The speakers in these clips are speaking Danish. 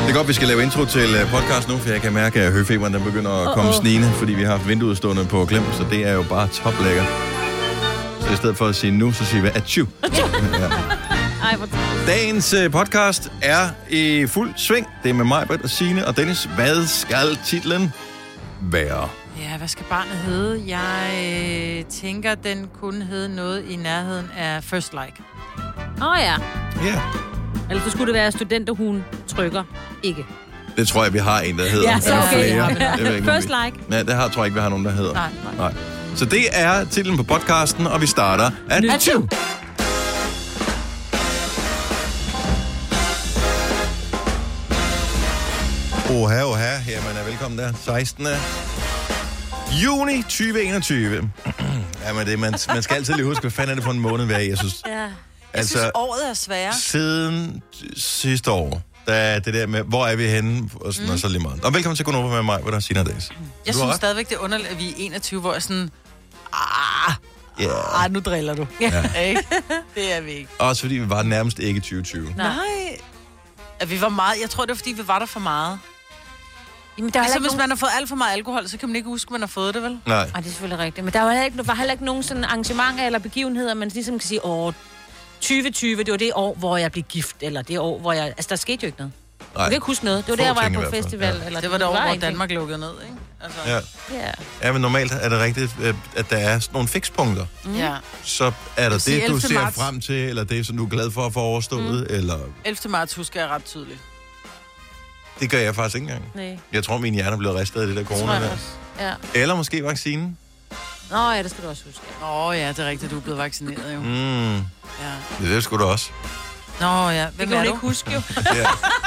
Det er godt, vi skal lave intro til podcast nu, for jeg kan mærke, at høfeberen den begynder at komme snigende, fordi vi har haft vinduet stående på klem, så det er jo bare toplækkert. Så i stedet for at sige nu, så siger vi atju. Ja. Dagens podcast er i fuld sving. Det er med mig, Britt og Signe og Dennis. Hvad skal titlen være? Ja, hvad skal barnet hedde? Jeg tænker, den kunne hedde noget i nærheden af First Like. Ja. Ja. Eller så skulle det være studenterhuen trykker. Ikke. Det tror jeg, vi har en, der hedder. Ja, så okay. First Like. Nej, det tror jeg ikke, vi har nogen, der hedder. Nej. Så det er titlen på podcasten, og vi starter atju. Oha. Jamen, velkommen der. 16. juni 2021. Jamen, man skal altid lige huske, hvad fanden er det for en måned, vi er i, jeg synes. Ja. Jeg synes, året er sværere. Siden sidste år, der det der med, hvor er vi henne, og sådan og så lige meget. Og velkommen til Gunova med mig, hvor der er Signe og Dennis. Jeg synes stadigvæk, det er underligt, at vi er 21, hvor jeg sådan... nu driller du. Ja. Ikke? Det er vi ikke. Også fordi vi var nærmest ikke 2020. Nej. At vi var meget... Jeg tror, det var, fordi vi var der for meget. Jamen, der ligesom hvis man har fået alt for meget alkohol, så kan man ikke huske, at man har fået det, vel? Nej. Det er selvfølgelig rigtigt. Men der var heller ikke nogen sådan arrangementer eller begivenheder, man ligesom kan sige, 2020, det var det år, hvor jeg blev gift, eller det år, hvor jeg... Altså, der skete jo ikke noget. Nej. Jeg kan ikke huske noget. Det var der, hvor jeg på festival. Ja. Eller det var det år, hvor Danmark lukkede ned, ikke? Altså. Ja, men normalt er det rigtigt, at der er sådan nogle fikspunkter. Ja. Så er der det, du ser frem til, eller det, som du er glad for at få overstået, eller... 11. marts husker jeg ret tydeligt. Det gør jeg faktisk ikke engang. Nej. Jeg tror, min hjerne er blevet ristet af det der corona der. Ja. Eller måske vaccinen. Nå ja, det skal du også huske. Ja, det er rigtigt, du er blevet vaccineret jo. Ja. Det skulle du også. Nå ja, hvem det er du? Ikke huske jo. Ja.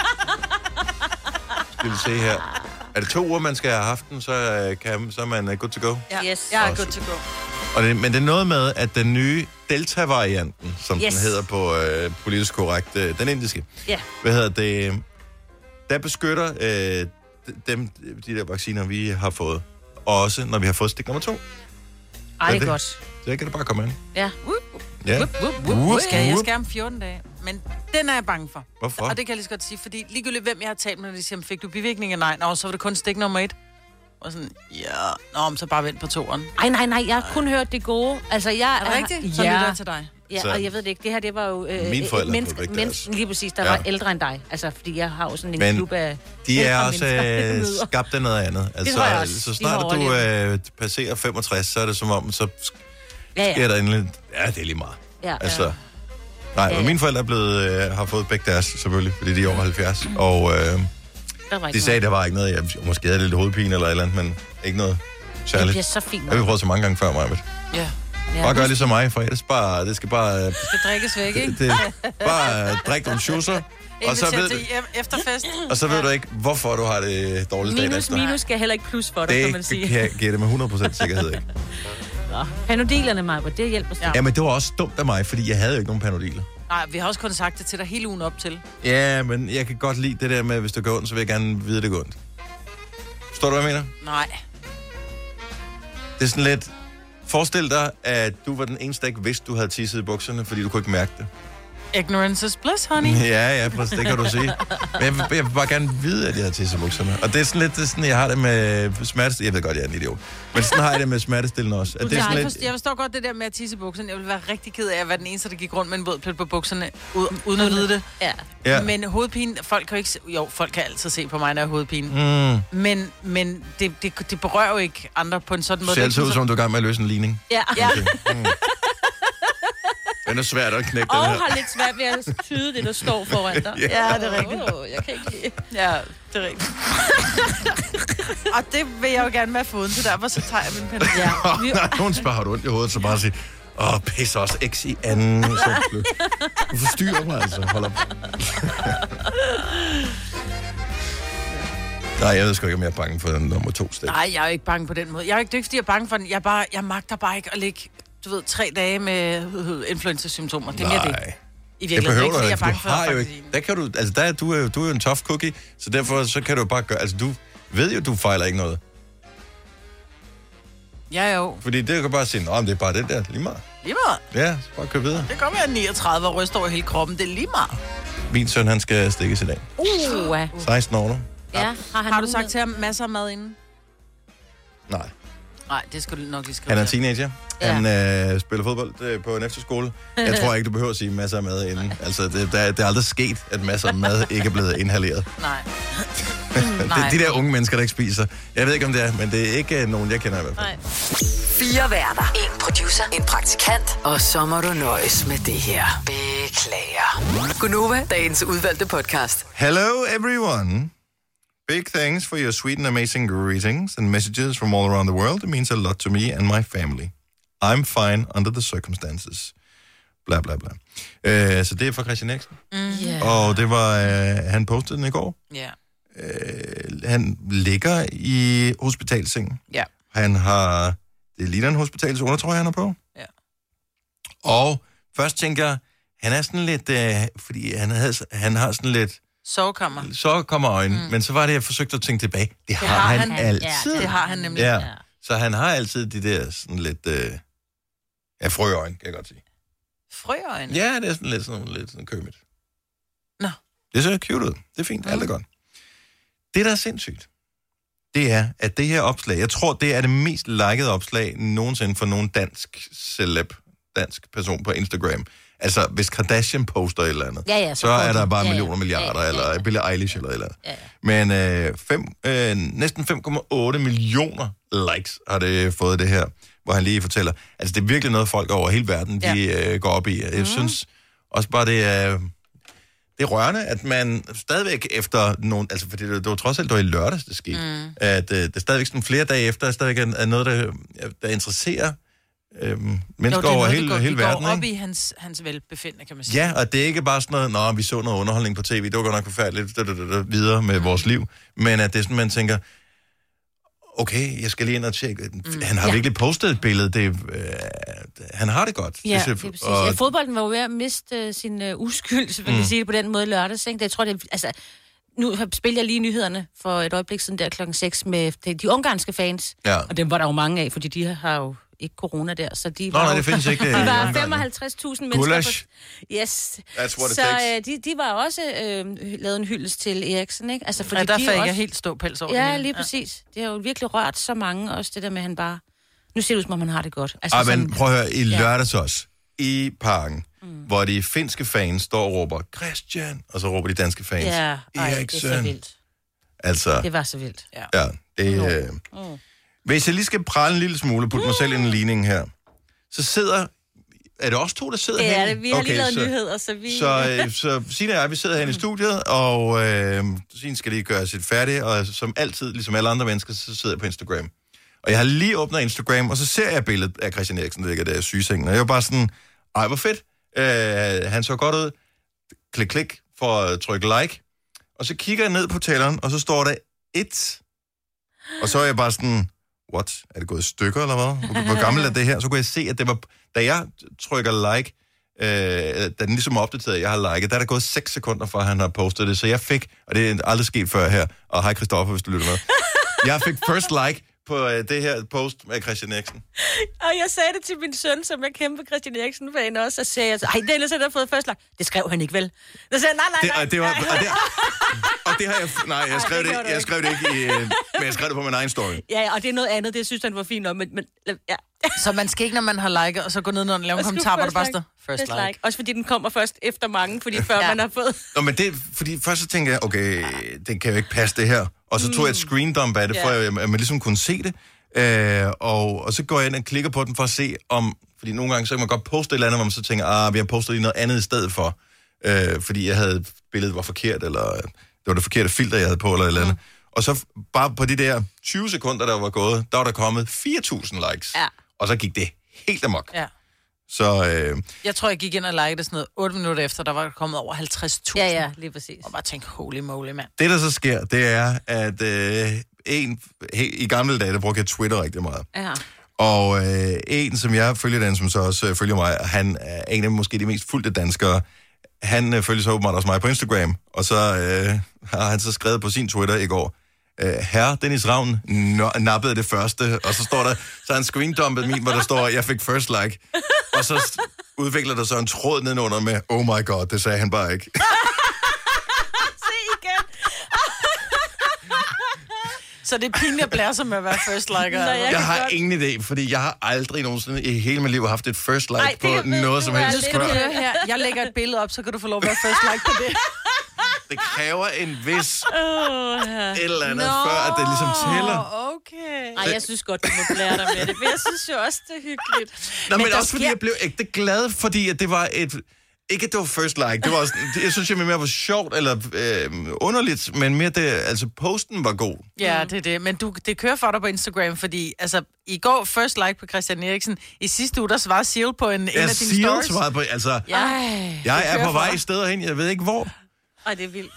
Skal vi se her. Er det 2 uger, man skal have haft den, så er man good to go? Ja, yes. jeg er good to go. Men det er noget med, at den nye Delta-varianten, som den hedder på politisk korrekt, den indiske. Ja. Hvad hedder det? Der beskytter de der vacciner, vi har fået. Også når vi har fået stik nummer 2. Ej, det er godt. Så kan det bare komme ind. Ja. Ja. Jeg skal om 14 dage. Men den er jeg bange for. Hvorfor? Og det kan jeg lige så godt sige, fordi ligegyldigt hvem jeg har talt med, når de siger, fik du bivirkninger? Nej, så var det kun stik nummer 1. Og sådan, så bare vent på 2'eren. Nej, jeg har kun hørt det gode. Altså, er det rigtigt? Så lytter jeg til dig. Ja, og jeg ved det ikke. Det her, det var jo... Mine forældre mennesker, lige præcis, der var ældre end dig. Altså, fordi jeg har jo sådan en klub af... De er også skabt af noget andet. Altså, så snart du passerer 65, så er det som om, så sker der endelig... Ja, det er lige meget. Ja. Altså... Nej, men mine forældre har fået begge deres, selvfølgelig, fordi de er over 70. Og de sagde, der var ikke noget. Jeg måske havde lidt hovedpine eller et eller andet, men ikke noget særligt. Det bliver så fint. Det har vi prøvet så mange gange før, Majbet. Ja. Bare gør ligesom mig, for det skal bare... Det skal drikkes væk, ikke? Det bare drik nogle schusser. Og så ved du, efterfest. Og så ved du ikke, hvorfor du har det dårligt dagen efter. Minus skal heller ikke plus for dig, kan man sige. Det kan jeg give det med 100% sikkerhed, ikke? Panodilerne, Majbert, det hjælper sig. Ja, men det var også dumt af mig, fordi jeg havde jo ikke nogen panodiler. Nej, vi har også kun sagt det til dig hele ugen op til. Ja, men jeg kan godt lide det der med, hvis det går ondt, så vil jeg gerne vide, det går ondt. Forstår du, hvad jeg mener? Nej. Det er sådan lidt... Forestil dig, at du var den eneste, der ikke vidste, du havde tisset i bukserne, fordi du kunne ikke mærke det. Ignorance is bliss, honey. Ja, præcis, det kan du sige. Men jeg vil bare gerne vide, at jeg har tisset i bukserne. Og det er sådan lidt, sådan, jeg har det med smertestillende. Jeg ved godt, jeg er en idiot. Men sådan har jeg det med smertestillende også. At det er sådan lidt... Jeg forstår godt det der med at tisse i bukserne. Jeg ville være rigtig ked af at være den eneste, der gik rundt med en våd plet på bukserne, uden at vide det. Ja. Men hovedpine, folk kan jo ikke... Jo, folk kan altid se på mig, når jeg har hovedpine. Men det berører jo ikke andre på en sådan måde. Det ser altid ud, som du er i gang med at løse en ligning. Ja. Okay. Den er svært at knække, den her. Og har lidt svært ved at tyde det, der står foran dig. Ja, det er rigtigt. Jeg kan ikke... Ja, det er rigtigt. Og det vil jeg jo gerne med foden, så derfor så tager jeg min pen. Ja. Nogen spørger, har du ondt i hovedet, så bare sige, pisse også, X i anden. Så du forstyrrer mig, altså. Hold op. Nej, jeg ved sgu ikke, om jeg er bange for den nummer 2 stik. Nej, jeg er ikke bange på den måde. Jeg er ikke, fordi jeg er bange for den. Jeg magter bare ikke at ligge, 3 dage med influenza-symptomer. Det er mere det. I virkeligheden ikke, fordi jeg er bange for vaccinen. Der kan du, altså du er jo en tough cookie, så derfor så kan du bare gøre, altså du ved jo, du fejler ikke noget. Ja, jo. Fordi det kan bare sige, det er bare det der, lige meget. Lige meget? Ja, så bare kør videre. Det kommer jeg 39 og ryster over hele kroppen, det er lige meget. Min søn, han skal stikkes i dag. 16 år nu. Ja, har du sagt til ham masser af mad inden? Nej. Nej, det skal du nok lige skrive. Han er teenager. Ja. Han spiller fodbold på en efterskole. Jeg tror ikke, du behøver at sige masser af mad inden. Altså, det er aldrig sket, at masser af mad ikke er blevet inhaleret. Nej. De der unge mennesker, der ikke spiser. Jeg ved ikke, om det er, men det er ikke nogen, jeg kender i hvert fald. Nej. 4 værter. 1 producer. 1 praktikant. Og så må du nøjes med det her. Beklager. Gunova, dagens udvalgte podcast. Hello everyone. Big thanks for your sweet and amazing greetings and messages from all around the world. It means a lot to me and my family. I'm fine under the circumstances. Bla bla bla. Så det er fra Christian Eriksen. Yeah. Og det var, han postede den i går. Ja. Yeah. Han ligger i hospitalsengen. Ja. Yeah. Han har, det ligner en hospitalsundertrøje, han har på. Ja. Yeah. Og først tænker jeg, han er sådan lidt, fordi han har sådan lidt... Så kommer øjnen. Men så var det, jeg forsøgte at tænke tilbage. Det har han altid. Ja, det har han nemlig. Ja. Så han har altid de der sådan lidt... frøøjne, kan jeg godt sige. Frøøjne? Ja, det er sådan lidt sådan kømmet. Nå. Det ser cute ud. Det er fint. Alt er godt. Det, der er sindssygt, det er, at det her opslag, jeg tror, det er det mest likede opslag nogensinde for nogen dansk person på Instagram. Altså, hvis Kardashian poster et eller andet, så er der bare millioner milliarder, eller Billie Eilish eller et eller andet. Men næsten 5,8 millioner likes har det fået det her, hvor han lige fortæller. Altså, det er virkelig noget, folk over hele verden, de går op i. Jeg synes også bare, det er rørende, at man stadigvæk efter nogle... Altså, fordi det var trods alt, det var i lørdags, det skete. At det stadigvæk sådan flere dage efter, stadigvæk er noget, der interesserer mennesker over hele verden. Det går op i hans velbefindende, kan man sige. Ja, og det er ikke bare sådan noget, vi så noget underholdning på tv, det var godt nok forfærdeligt, videre med vores liv. Men at det er sådan, man tænker, okay, jeg skal lige ind og tjekke. Han har virkelig postet et billede. Han har det godt. Ja, det er præcis. Og fodbolden var jo ved at miste sin uskyld, så vil jeg sige det på den måde lørdags. Ikke? Jeg tror, det altså, nu spiller jeg lige nyhederne for et øjeblik siden der klokken 6 med de ungarske fans. Ja. Og dem var der jo mange af, fordi de har jo ikke corona der, så de var det findes ikke. De var 55.000 mennesker. Gulasch. Yes. That's what it så takes. De var også lavet en hyldest til Eriksen, ikke? Altså, fordi der fik jeg helt ståpels over. Ja, lige præcis. Det har jo virkelig rørt så mange, også det der med, han bare... Nu ser det ud, som om han har det godt. Altså, men prøv at høre, i lørdags også, i parken, hvor de finske fans står og råber, Christian, og så råber de danske fans, Eriksen. Det er så vildt. Altså... Det var så vildt. Ja, det... Hvis jeg lige skal prale en lille smule, putte mig selv i en ligning her, så sidder... Er det os to, der sidder her? Ja, det. Vi har lige lavet nyheder, så vi... Så Signe og jeg, vi sidder herinde i studiet, og Signe skal lige gøre sit færdigt, og som altid, ligesom alle andre mennesker, så sidder jeg på Instagram. Og jeg har lige åbnet Instagram, og så ser jeg billedet af Christian Eriksen, der ligger der i sygesengen, og jeg var bare sådan, hvor fedt. Han så godt ud. Klik for at trykke like. Og så kigger jeg ned på tælleren, og så står der 1. Og så er jeg bare sådan... What? Er det gået i stykker, eller hvad? Hvor gammel er det her? Så kunne jeg se, at det var... Da jeg trykker like, da den ligesom er opdateret, jeg har liket, der er der gået 6 sekunder, fra han har postet det. Så jeg fik, og det er aldrig sket før her, og hej Christoffer, hvis du lytter med. Jeg fik first like på det her post med Christian Eriksen. Og jeg sagde det til min søn, som er kæmpe Christian Eriksen-fan også, og sagde jeg, Dennis, der har fået first like. Det skrev han ikke vel? Så sagde nej. Og det har jeg... Nej, jeg skrev det ikke men jeg skrev det på min egen story. Ja, og det er noget andet, det synes han var fint om, men ja. Så man skal ikke, når man har liket, og så gå ned og lave en kommentar, hvor det bare står first like. Også fordi den kommer først efter mange, fordi før man har fået... Nå, men det... Fordi først så tænker jeg, okay, det kan jo ikke passe det her. Og så tog jeg et screen dump af det, for at man ligesom kunne se det. Og så går jeg ind og klikker på den for at se om... Fordi nogle gange, så kan man godt poste et eller andet, hvor man så tænker, vi har postet lige noget andet i stedet for. Fordi jeg havde billedet var forkert, eller det var det forkerte filter, jeg havde på, eller et eller andet. Og så bare på de der 20 sekunder, der var gået, der var der kommet 4.000 likes. Ja. Og så gik det helt amok. Ja. Så... Jeg tror, jeg gik ind og likede sådan noget 8 minutter efter, der var kommet over 50.000. Ja, lige præcis. Og bare tænkte, holy moly, mand. Det, der så sker, det er, at i gamle dage, der brugte jeg Twitter rigtig meget. Ja. Og en, som jeg følger, den som så også følger mig, han er en af måske de mest fulgte danskere. Han følger så åbenbart også mig på Instagram, og så har han så skrevet på sin Twitter i går, Herre Dennis Ravn nappede det første, og så står der, så han screendumpet min, hvor der står, jeg fik first like, og så udvikler der så en tråd nedenunder med, oh my god, det sagde han bare ikke. Så det er pinligt at blære sig med at være first liker. Jeg har ingen idé, fordi jeg har aldrig nogensinde i hele mit liv haft et first like på noget som helst. Jeg lægger et billede op, så kan du få lov at være first like på det. Det kræver en vis et eller andet, før at det ligesom tæller. Okay. Ej, jeg synes godt, du må blære dig med det, men jeg synes jo også, det er hyggeligt. Nå, men også fordi jeg blev ægte glad, fordi at det var et... Ikke at det var first like, det var også, jeg synes, jeg mere var sjovt eller underligt, men mere det, altså posten var god. Ja, det er det. Men det kører for dig på Instagram, fordi altså, i går first like på Christian Eriksen, i sidste uge, der svarede Seal på en af dine stories. Svarede på, altså, jeg er på vej i steder hen, jeg ved ikke hvor. Ej, det er vildt.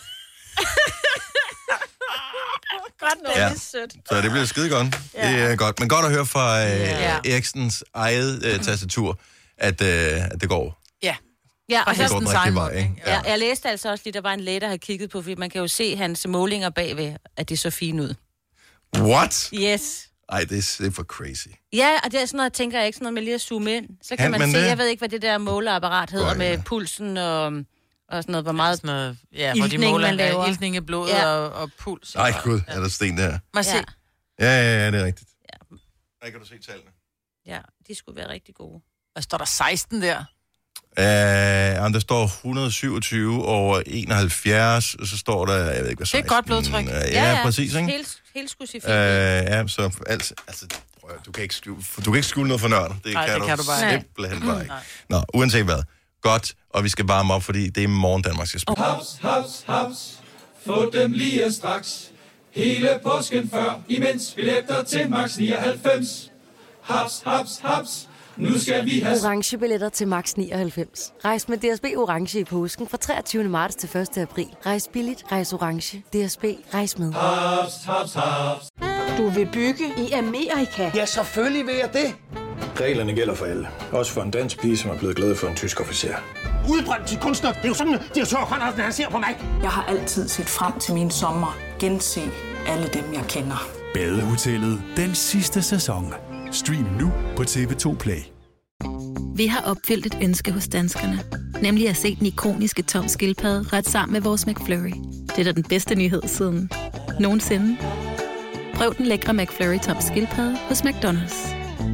Godt nok, det er sødt. Så det bliver skide godt. Ja. Det er godt. Men godt at høre fra Eriksens eget tastatur, at det går. Ja, og det går den rigtige vej, ikke? Ja. Jeg læste altså også lige, der var en læge, der havde kigget på, fordi man kan jo se hans målinger bagved, at det så fint ud. What? Yes. Ej, det er for crazy. Ja, og det er sådan noget, tænker jeg ikke, sådan noget med lige at zoome ind. Så kan man se, jeg ved ikke, hvad det der måleapparat hedder med pulsen og sådan noget, hvor meget hvor de måler iltning i blodet og puls. Ej gud, er der sten der? Må jeg se? Ja, det er rigtigt. Ja. Der kan du se tallene. Ja, de skulle være rigtig gode. Og står der 16 der? Der står 127 over 71, og så står der, jeg ved ikke hvad 16. Det er godt blodtryk. Ja, præcis, ikke? Helt specifikt. Så altså, du kan ikke skjule noget for nørden. Det kan du bare simpelthen bare ikke. Nå, uanset hvad. Godt, og vi skal varme op, fordi det er morgen Danmark skal spille. Haps, få dem lige straks. Hele påsken før, imens billetter til max 99. Haps. Nu skal vi have orange billetter til max 99. Rejs med DSB Orange i påsken fra 23. marts til 1. april. Rejs billigt, rejs orange. DSB, rejs med. Haps. Du vil bygge i Amerika? Ja, selvfølgelig vil jeg det. Reglerne gælder for alle. Også for en dansk pige, som er blevet glad for en tysk officer. Udbrændt til kunstner. Det er jo sådan, direktør Conradsen, han ser på mig. Jeg har altid set frem til min sommer. Gense alle dem, jeg kender. Badehotellet den sidste sæson. Stream nu på TV2 Play. Vi har opfyldt et ønske hos danskerne. Nemlig at se den ikoniske Tom Skildpadde ret sammen med vores McFlurry. Det er da den bedste nyhed siden nogensinde. Prøv den lækre McFlurry Tom Skildpadde hos McDonald's.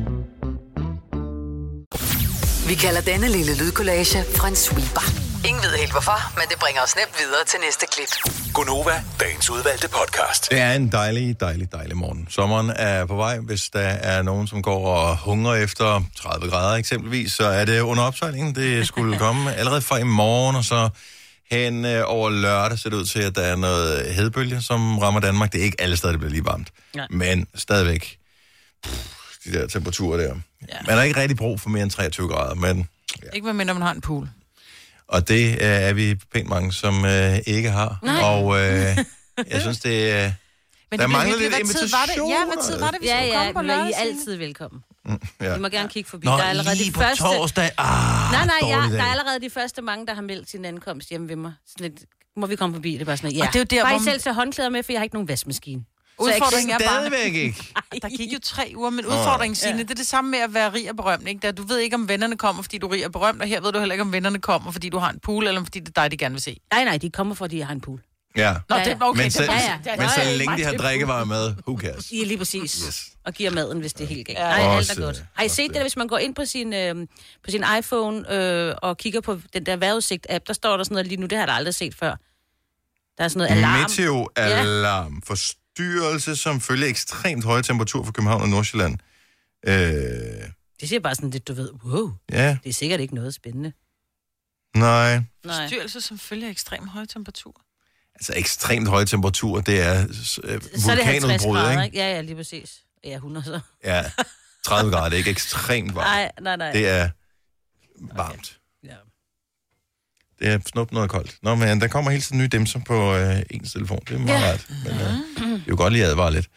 Vi kalder denne lille lydkollage en sweeper. Ingen ved helt hvorfor, men det bringer os nemt videre til næste klip. Gunova, dagens udvalgte podcast. Det er en dejlig morgen. Sommeren er på vej. Hvis der er nogen, som går og hungrer efter 30 grader eksempelvis, så er det under opsejling. Det skulle komme allerede fra i morgen, og så hen over lørdag ser det ud til, at der er noget hedebølge, som rammer Danmark. Det er ikke alle steder, det bliver lige varmt. Nej. Men stadigvæk de der temperaturer der. Ja. Man har ikke rigtig brug for mere end 23 grader, men... Ja. Ikke medmindre man har en pool. Og det er vi pænt mange, som ikke har. Nej. Og jeg synes, det er... Der mangler lidt invitation. Hvad tid var det, vi skulle komme på lørdag? I er altid velkommen. Ja. I må gerne kigge forbi. Nå, der er allerede lige de på første... torsdag. Der er allerede de første mange, der har meldt sin ankomst hjemme ved mig. Sådan lidt, må vi komme forbi? Det er bare sådan, ja. Og det er jo der, bare I selv tage håndklæder med, for jeg har ikke nogen vaskemaskine. Udfordringen er stadigvæk ikke. Der gik jo 3 uger, men udfordringen, Signe, det er det samme med at være rig og berømt, ikke? Du ved ikke, om vennerne kommer, fordi du er rig og berømt, og her ved du heller ikke, om vennerne kommer, fordi du har en pool, eller fordi det er dig, de gerne vil se. Nej, de kommer, fordi jeg har en pool. Ja. Nå, det er okay. Men så længe de har drikkevarer med, who cares? Ja, lige præcis. Yes. Og giver maden, hvis det er helt galt. Nej, alt er godt. Har I set det, hvis man går ind på sin iPhone og kigger på den der vejrudsigt-app, der står der sådan noget lige nu, det har jeg aldrig set før. Der er sådan noget alarm. Meteo-alarm. Forstyrrelse, som følger ekstremt høje temperaturer for København og Nordsjælland. Det siger bare sådan lidt, du ved, wow. Ja. Det er sikkert ikke noget spændende. Nej. Forstyrrelse, som følger ekstremt høje temperaturer. Altså ekstremt høje temperaturer, det er vulkanudbrud, ikke? Ja, lige præcis. Ja, 100 så. Ja, 30 grader, det er ikke ekstremt varmt. Nej. Det er varmt. Okay. Ja. Det er snubt noget koldt. Nå, men der kommer hele tiden nye dimser på ens telefon. Det er meget rart. Men det er jo godt lige at advare lidt.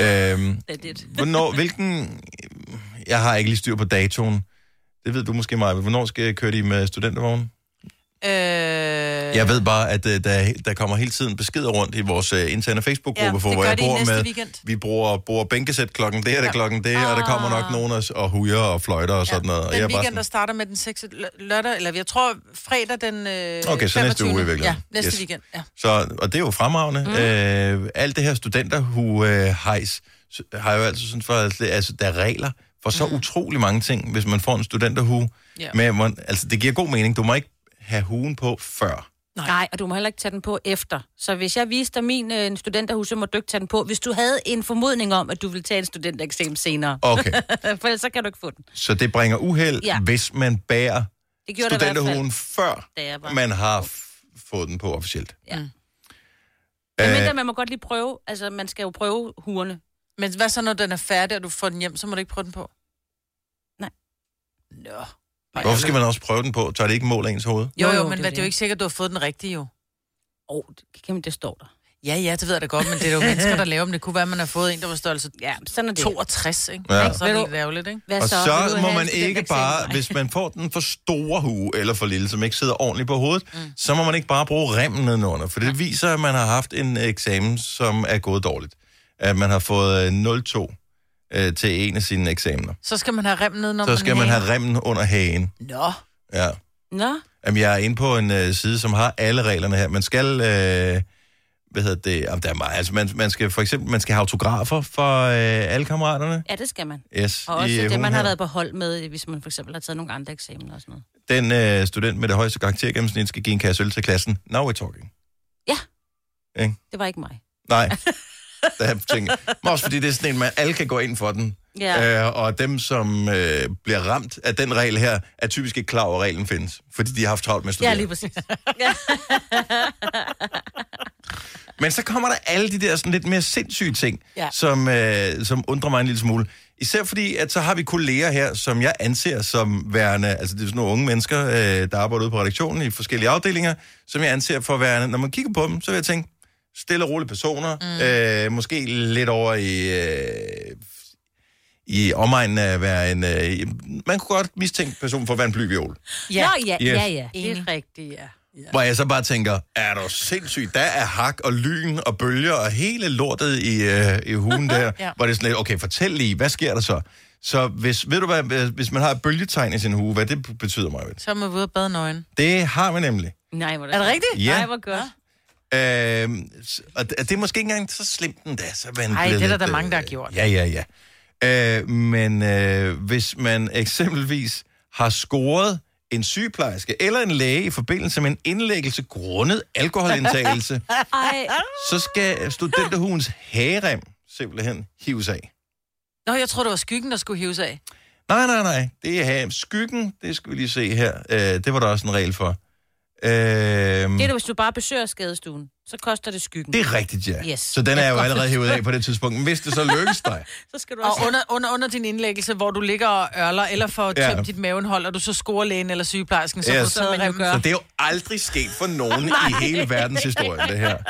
Hvilken... Jeg har ikke lige styr på datoen. Det ved du måske meget. Hvornår skal jeg køre de med studentervognen? Jeg ved bare, at der kommer hele tiden beskeder rundt i vores interne Facebook-gruppe, for hvor jeg bor med. Weekend. Vi bruger bænkesæt klokken det, og det klokken det, og der kommer nok nogen og hujer og fløjter og sådan noget. Den weekend, der starter med den 6. lørdag, eller jeg tror fredag den okay, så 25. næste uge i virkeligheden. Ja, næste weekend. Ja. Så, og det er jo fremragende. Alt det her studenterhue-hejs har jo altid sådan for, altså der er regler for så utrolig mange ting, hvis man får en studenterhue. Med, altså det giver god mening. Du må ikke have huen på før. Nej, og du må heller ikke tage den på efter. Så hvis jeg viste dig min studenterhue, så må du ikke tage den på, hvis du havde en formodning om, at du ville tage en studentereksamen senere. Okay. For ellers så kan du ikke få den. Så det bringer uheld, hvis man bærer studenterhuen før man har fået den på officielt. Ja. Men man må godt lige prøve, altså man skal jo prøve huerne. Men hvad så, når den er færdig, og du får den hjem, så må du ikke prøve den på? Nej. Nå. Hvorfor skal man også prøve den på? Tager det ikke mål af ens hoved? Jo, men det er jo ikke sikkert, at du har fået den rigtige, jo. Det står der. Ja, det ved jeg da godt, men det er jo mennesker, der laver dem. Det kunne være, at man har fået en, der var størrelse 62, ikke? Ja. Så er det lidt ærgerligt, ikke? Og så må man ikke bare, hvis man får den for store hue, eller for lille, som ikke sidder ordentligt på hovedet, så må man ikke bare bruge remmen nedenunder, for det viser, at man har haft en eksamen, som er gået dårligt. At man har fået 0,2 til en af sine eksamener. Så skal man have remmen nedenunder. Så skal man have remmen under hagen. Nå. Ja. Nå. Jamen, jeg er inde på en side, som har alle reglerne her. Man skal, hvad hedder det? Jamen, der er meget. Altså, man skal for eksempel, man skal have autografer for alle kammeraterne. Ja, det skal man. Yes, og også det, man har været på hold med, hvis man for eksempel har taget nogle andre eksamener og sådan noget. Den student med det højeste karaktergennemsnit skal give en kasse øl til klassen. Now we're talking. Ja. Okay? Det var ikke mig. Nej. Der tænker men også fordi det er sådan en, man alle kan gå ind for den. Ja. Og dem, som bliver ramt af den regel her, er typisk ikke klar over, at reglen findes. Fordi de har haft travlt med at studere. Ja, lige præcis. Men så kommer der alle de der sådan lidt mere sindssyge ting, som undrer mig en lille smule. Især fordi, at så har vi kolleger her, som jeg anser som værende, altså det er sådan nogle unge mennesker, der arbejder ude på redaktionen i forskellige afdelinger, som jeg anser for værende, når man kigger på dem, så vil jeg tænke, stille og rolige personer, måske lidt over i omegnen af at være en... man kunne godt mistænke personen for at være en blyviol. Ja, det er rigtigt, ja. Hvor jeg så bare tænker, er du sindssygt? Der er hak og lyn og bølger og hele lortet i hugen der. Hvor det er sådan lidt, okay, fortæl lige, hvad sker der så? Så ved du hvad, hvis man har et bølgetegn i sin hue, hvad det betyder mig? Så er man ude og bade nøgen. Det har man nemlig. Nej, hvor er det rigtigt? Ja. Nej, hvor godt. Og det er måske ikke engang så slemt den der. Nej, det er der mange, der har gjort. Ja. Men hvis man eksempelvis har scoret en sygeplejerske eller en læge i forbindelse med en indlæggelse grundet alkoholindtagelse, så skal studenterhuens hagerem simpelthen hives af. Nå, jeg tror det var skyggen, der skulle hives af. Nej. Det er skyggen, det skal vi lige se her. Det var der også en regel for. Det er det, hvis du bare besøger skadestuen, så koster det skyggen. Det er rigtigt, ja. Yes. Så den er jo allerede hævet af på det tidspunkt. Men hvis det så lykkes dig... så skal du også... Og under din indlæggelse, hvor du ligger og ørler, eller får tømt dit mavenhold, og du så scorer lægen eller sygeplejersken, så får du taget remmen. Så det er jo aldrig sket for nogen i hele verdenshistorien, det her.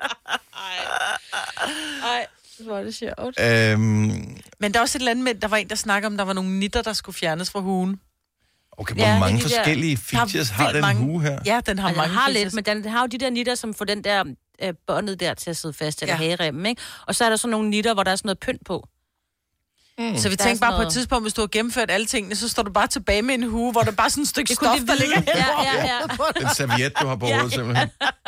Ej, hvor er det sjovt. Men der er også et eller andet med, der var en, der snakker om, der var nogle nitter, der skulle fjernes fra hugen. Okay, hvor mange forskellige features har den hue her? Ja, den har mange features. Lidt, men den har jo de der nitter, som får den der båndet der til at sidde fast, eller hageremmen, ikke? Og så er der sådan nogle nitter, hvor der er sådan noget pynt på. Så vi tænker bare på et tidspunkt, hvis du har gennemført alle tingene, så står du bare tilbage med en hue, hvor der bare sådan et stykke stof, der ligger hen. En serviet, du har på hovedet, simpelthen.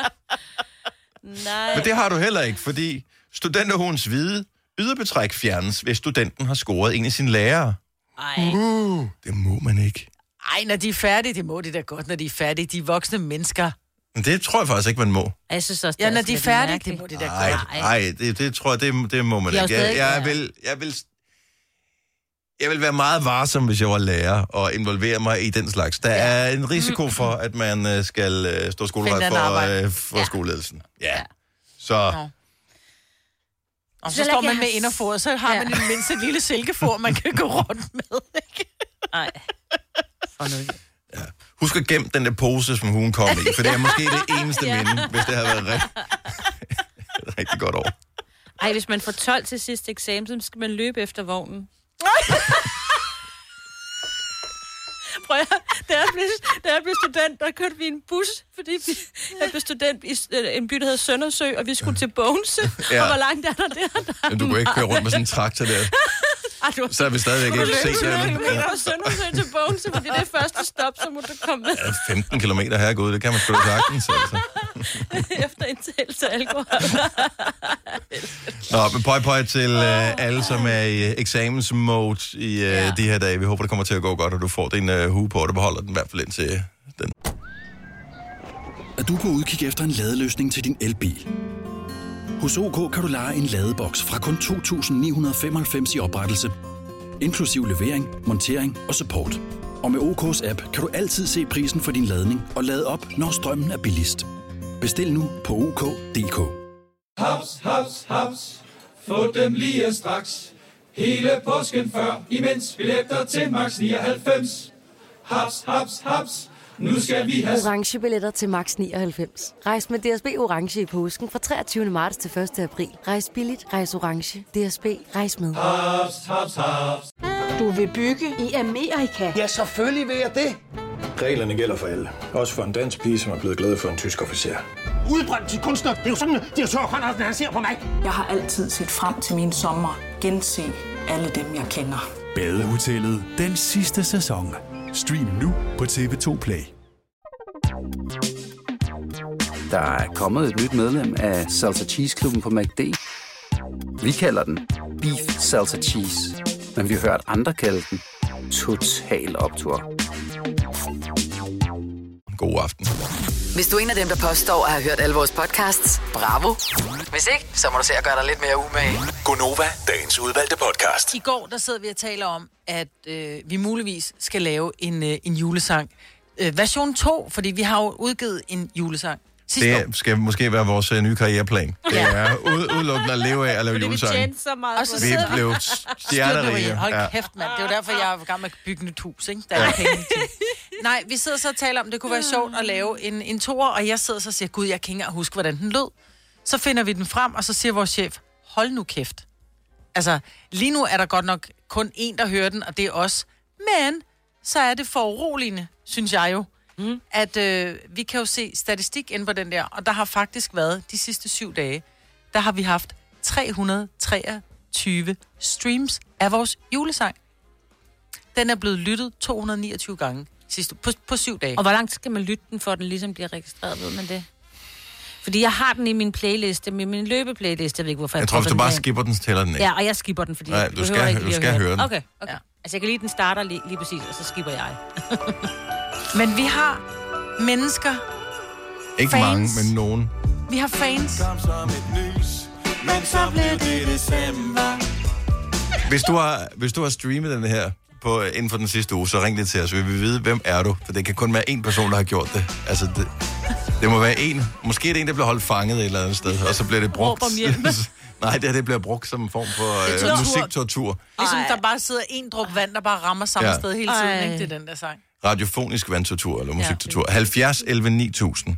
Nej. Men det har du heller ikke, fordi studenterhuens hvide yderbetræk fjernes, hvis studenten har scoret en af sine lærere. Det må man ikke. Ej, når de er færdige, det må de da godt, når de er færdige. De er voksne mennesker. Men det tror jeg faktisk ikke, man må. Jeg synes også, når de er færdige, det må de da godt. Nej, det tror jeg, det må man ikke. Jeg vil være meget varsom, hvis jeg var lærer, og involvere mig i den slags. Der er en risiko for, at man skal stå skoleret for skoleledelsen. Ja. Så... Og så står man med inderforet, så har man i det mindste et lille silkefor, man kan gå rundt med, ikke? Nej. Husk at gemme den der pose, som hun kom i, for det er måske det eneste minde, hvis det havde været rigtig godt år. Ej, hvis man får 12 til sidste eksamen, så skal man løbe efter vognen. Prøv at, Da jeg blev student, der kørte vi en bus, fordi jeg blev student i en by, der hedder Søndersø, og vi skulle til Bogense. Ja. Og hvor langt er der der? Men du kunne ikke køre rundt med sådan en traktor der. Så er vi stadigvæk ikke se det. Du løber fra Søndersø til Bogense, fordi det er første stop, så må du komme med. 15 kilometer herregud, det kan man sgu da sagtens, altså. Efter indtagelse af alkohol. Nå, men pøj til alle, som er i eksamensmode i de her dage. Vi håber, det kommer til at gå godt, og du får din hue på, og du beholder den i hvert fald indtil den. Er du på udkig efter en ladeløsning til din elbil? Hos OK kan du leje en ladeboks fra kun 2.995 i oprettelse, inklusiv levering, montering og support. Og med OK's app kan du altid se prisen for din ladning og lade op, når strømmen er billigst. Bestil nu på OK.dk. Haps, haps, haps. Få dem lige straks. Hele påsken før, imens billetter til max 99. Haps, haps, haps. Nu skal vi have orange billetter til max 99. Rejs med DSB orange i påsken fra 23. marts til 1. april. Rejs billigt, rejs orange. DSB, rejs med. Haps, haps, haps. Du vil bygge i Amerika? Ja, selvfølgelig vil jeg det. Reglerne gælder for alle. Også for en dansk pige, som er blevet glad for en tysk officer. Udbrændt til kunstner. Det er jo sådan, at direktør Conradsen, han ser på mig. Jeg har altid set frem til min sommer. Gense alle dem, jeg kender. Badehotellet den sidste sæson. Stream nu på TV2 Play. Der er kommet et nyt medlem af Salsa Cheese Klubben på McD. Vi kalder den Beef Salsa Cheese, men vi har hørt andre kalde den Total Optur. God aften. Hvis du er en af dem, der påstår at have hørt alle vores podcasts, bravo. Hvis ikke, så må du se at gøre dig lidt mere umage. Gonova, dagens udvalgte podcast. I går, der sidder vi og taler om, at vi muligvis skal lave en julesang. Version 2, fordi vi har jo udgivet en julesang. Det skal måske være vores nye karriereplan. Det er udelukkende at leve af at lave julesang. Og så vi blev stjernerige. Hold kæft, mand. Det er jo derfor, jeg er i gang med at bygge et hus, ikke? Der er penge til. Nej, vi sidder så og taler om, det kunne være sjovt at lave en toer, og jeg sidder så og siger, gud, jeg kan ikke engang huske, hvordan den lød. Så finder vi den frem, og så siger vores chef, hold nu kæft. Altså, lige nu er der godt nok kun én, der hører den, og det er os. Men så er det foruroligende, synes jeg jo, at vi kan jo se statistik inde på den der, og der har faktisk været de sidste 7 dage, der har vi haft 323 streams af vores julesang. Den er blevet lyttet 229 gange sidste, på 7 dage. Og hvor langt skal man lytte den, for at den ligesom bliver registreret, ved man det? Fordi jeg har den i min playliste, min løbeplayliste, jeg ved ikke, hvorfor jeg tror, hvis du bare skipper den, så tæller den ikke. Ja, og jeg skipper den, fordi nej, du skal høre den. Okay. Ja. Altså, jeg kan lide, den starter lige præcis, og så skipper jeg. Men vi har mennesker, ikke fans. Mange, men nogen. Vi har fans. Kom som et lys, men så blev det december. Hvis du har streamet den her inden for den sidste uge, så ring lidt til os. Vi vil vide, hvem er du? For det kan kun være én person, der har gjort det. Altså, det må være en. Måske er det en, der bliver holdt fanget et eller andet sted, og så bliver det brugt. Nej, det bliver brugt som en form for musiktortur. Ligesom der bare sidder en dråbe vand, der bare rammer samme sted hele tiden, ikke? Det er den der sang. Radiofonisk vandtortur, eller musiktortur. 70 11 9000.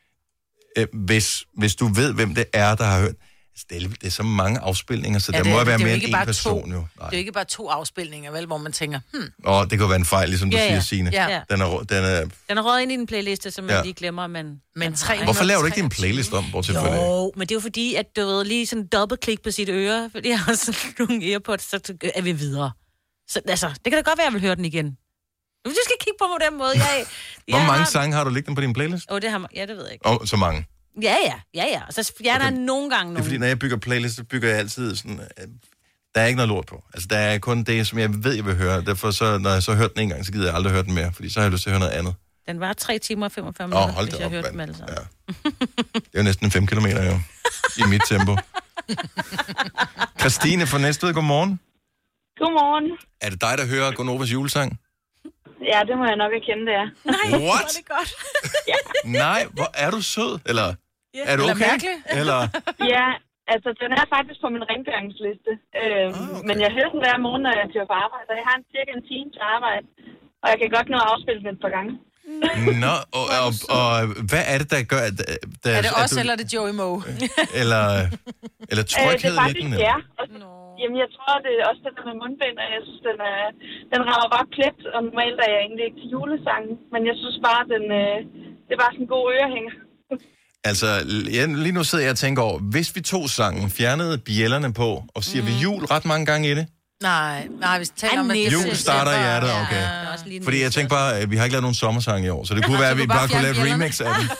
Hvis du ved, hvem det er, der har hørt. Det er så mange afspilninger, så der må være mere end en person. Jo. Det er jo ikke bare 2 afspilninger, vel, hvor man tænker, det kan være en fejl, ligesom du siger, Signe. Ja. Den er røget ind i en playliste, som man lige glemmer, men hvorfor laver du ikke din playlist om, bortset fra det? Jo, men det er jo fordi, at du ved, lige sådan dobbeltklik på sit øre, fordi jeg har sådan nogle earpods, så er vi videre. Så altså, det kan da godt være, at jeg vil høre den igen. Du skal kigge på den måde. Hvor mange sange har du liggende på din playlist? Det ved jeg ikke. Så mange? Ja. Og så fjerner jeg nogle gange nogle. Det er fordi, når jeg bygger playlist, så bygger jeg altid sådan. Der er ikke noget lort på. Altså, der er kun det, som jeg ved, jeg vil høre. Derfor, så, når jeg så har hørt den en gang, så gider jeg aldrig høre den mere. Fordi så har jeg lyst til at høre noget andet. Den var 3 timer og 45 minutter, hvis jeg hørte dem alle sammen. Ja. Det er jo næsten 5 kilometer, jo. I mit tempo. Christine fra Næstved, godmorgen. Godmorgen. Er det dig, der hører Gonovas julesang? Ja, det må jeg nok erkende, det er. Nej, what? Det er godt. Nej, hvor er du sød? Eller er du okay? Eller? Ja, altså den er faktisk på min rengøringsliste. Okay. Men jeg hører den hver morgen, når jeg kører på arbejde. Jeg har cirka en time til arbejde, og jeg kan godt nå at afspille den et par gange. Nå, og hvad er det, der gør... Er det os, eller er det Joey Moe? eller tryghed i den? Ja. Jamen, jeg tror, det er også det der med mundbind, og jeg synes, den rammer bare plet, og normalt er jeg egentlig ikke til julesangen, men jeg synes bare, det er bare sådan en god ørehænger. Altså, lige nu sidder jeg og tænker over, hvis vi tog sangen, fjernede bjællerne på, og siger vi jul ret mange gange i det? Nej, hvis vi taler om, at jul starter i hjertet, okay. Fordi jeg tænker bare, at vi har ikke lavet nogen sommersang i år, så det kunne være, at vi bare kunne lave et remix af den.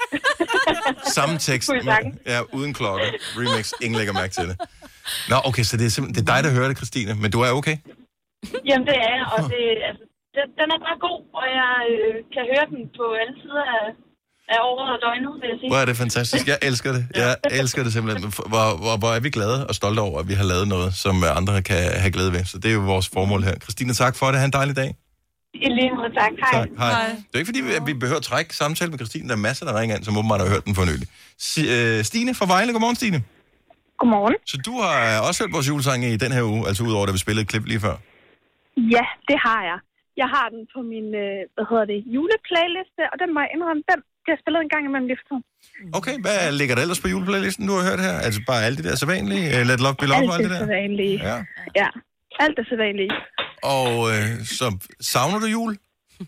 Samme tekst, ja, uden klokke. Remix, ingen lægger mærke til det. Nå, okay, så det er simpelthen dig, der hører det, Christine, men du er okay? Jamen, det er jeg, og den er bare god, og jeg kan høre den på alle sider af året og døgnet, vil jeg sige. Hvor er det fantastisk. Jeg elsker det. Jeg elsker det simpelthen. Hvor er vi glade og stolte over, at vi har lavet noget, som andre kan have glæde ved. Så det er jo vores formål her. Christine, tak for det. Ha' en dejlig dag. I lige måde, tak. Hej. Tak. Hej. Det er ikke fordi, vi behøver at trække samtale med Christine. Der er masser, der ringer ind, som åbenbart har hørt den for nylig. Stine fra Vejle. Godmorgen, Stine. Godmorgen. Så du har også hørt vores julesang i den her uge, altså udover, da vi spillede et klip lige før? Ja, det har jeg. Jeg har den på min, juleplayliste, og den må jeg indrømme, den bliver spillet en gang imellem lige for tiden. Okay, hvad ligger der ellers på juleplaylisten, du har hørt her? Altså bare alt det der sædvanlige? Let Love Be Love og alt det der? Alt det sædvanlige. Ja, alt det sædvanlige. Og så savner du jul?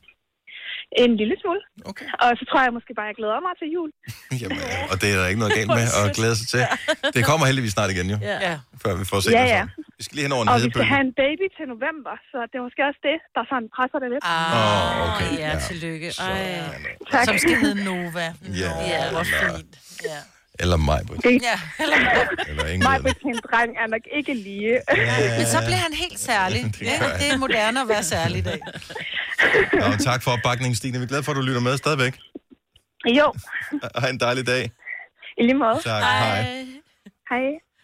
En lille smule. Okay. Og så tror jeg måske bare, jeg glæder mig til jul. Jamen, og det er der ikke noget galt med at glæde sig til. Det kommer heldigvis snart igen, jo. Ja. Før vi får set det sådan. Vi skal lige hen over en og hedebølge. Og vi skal have en baby til november, så det er måske også det, der sådan presser det lidt. Okay. Ja, tillykke. Tak. Som skal hedde Nova. Ja, hvor fint. Ja. Eller mig. Ja, eller ingen mig på sin dreng er nok ikke lige. Men så bliver han helt særlig. Det er moderne at være særlig i dag. Og tak for opbakningen, Stine. Vi er glade for, at du lytter med stadigvæk. Jo. Og have en dejlig dag. I lige måde. Tak. Hej. Hej.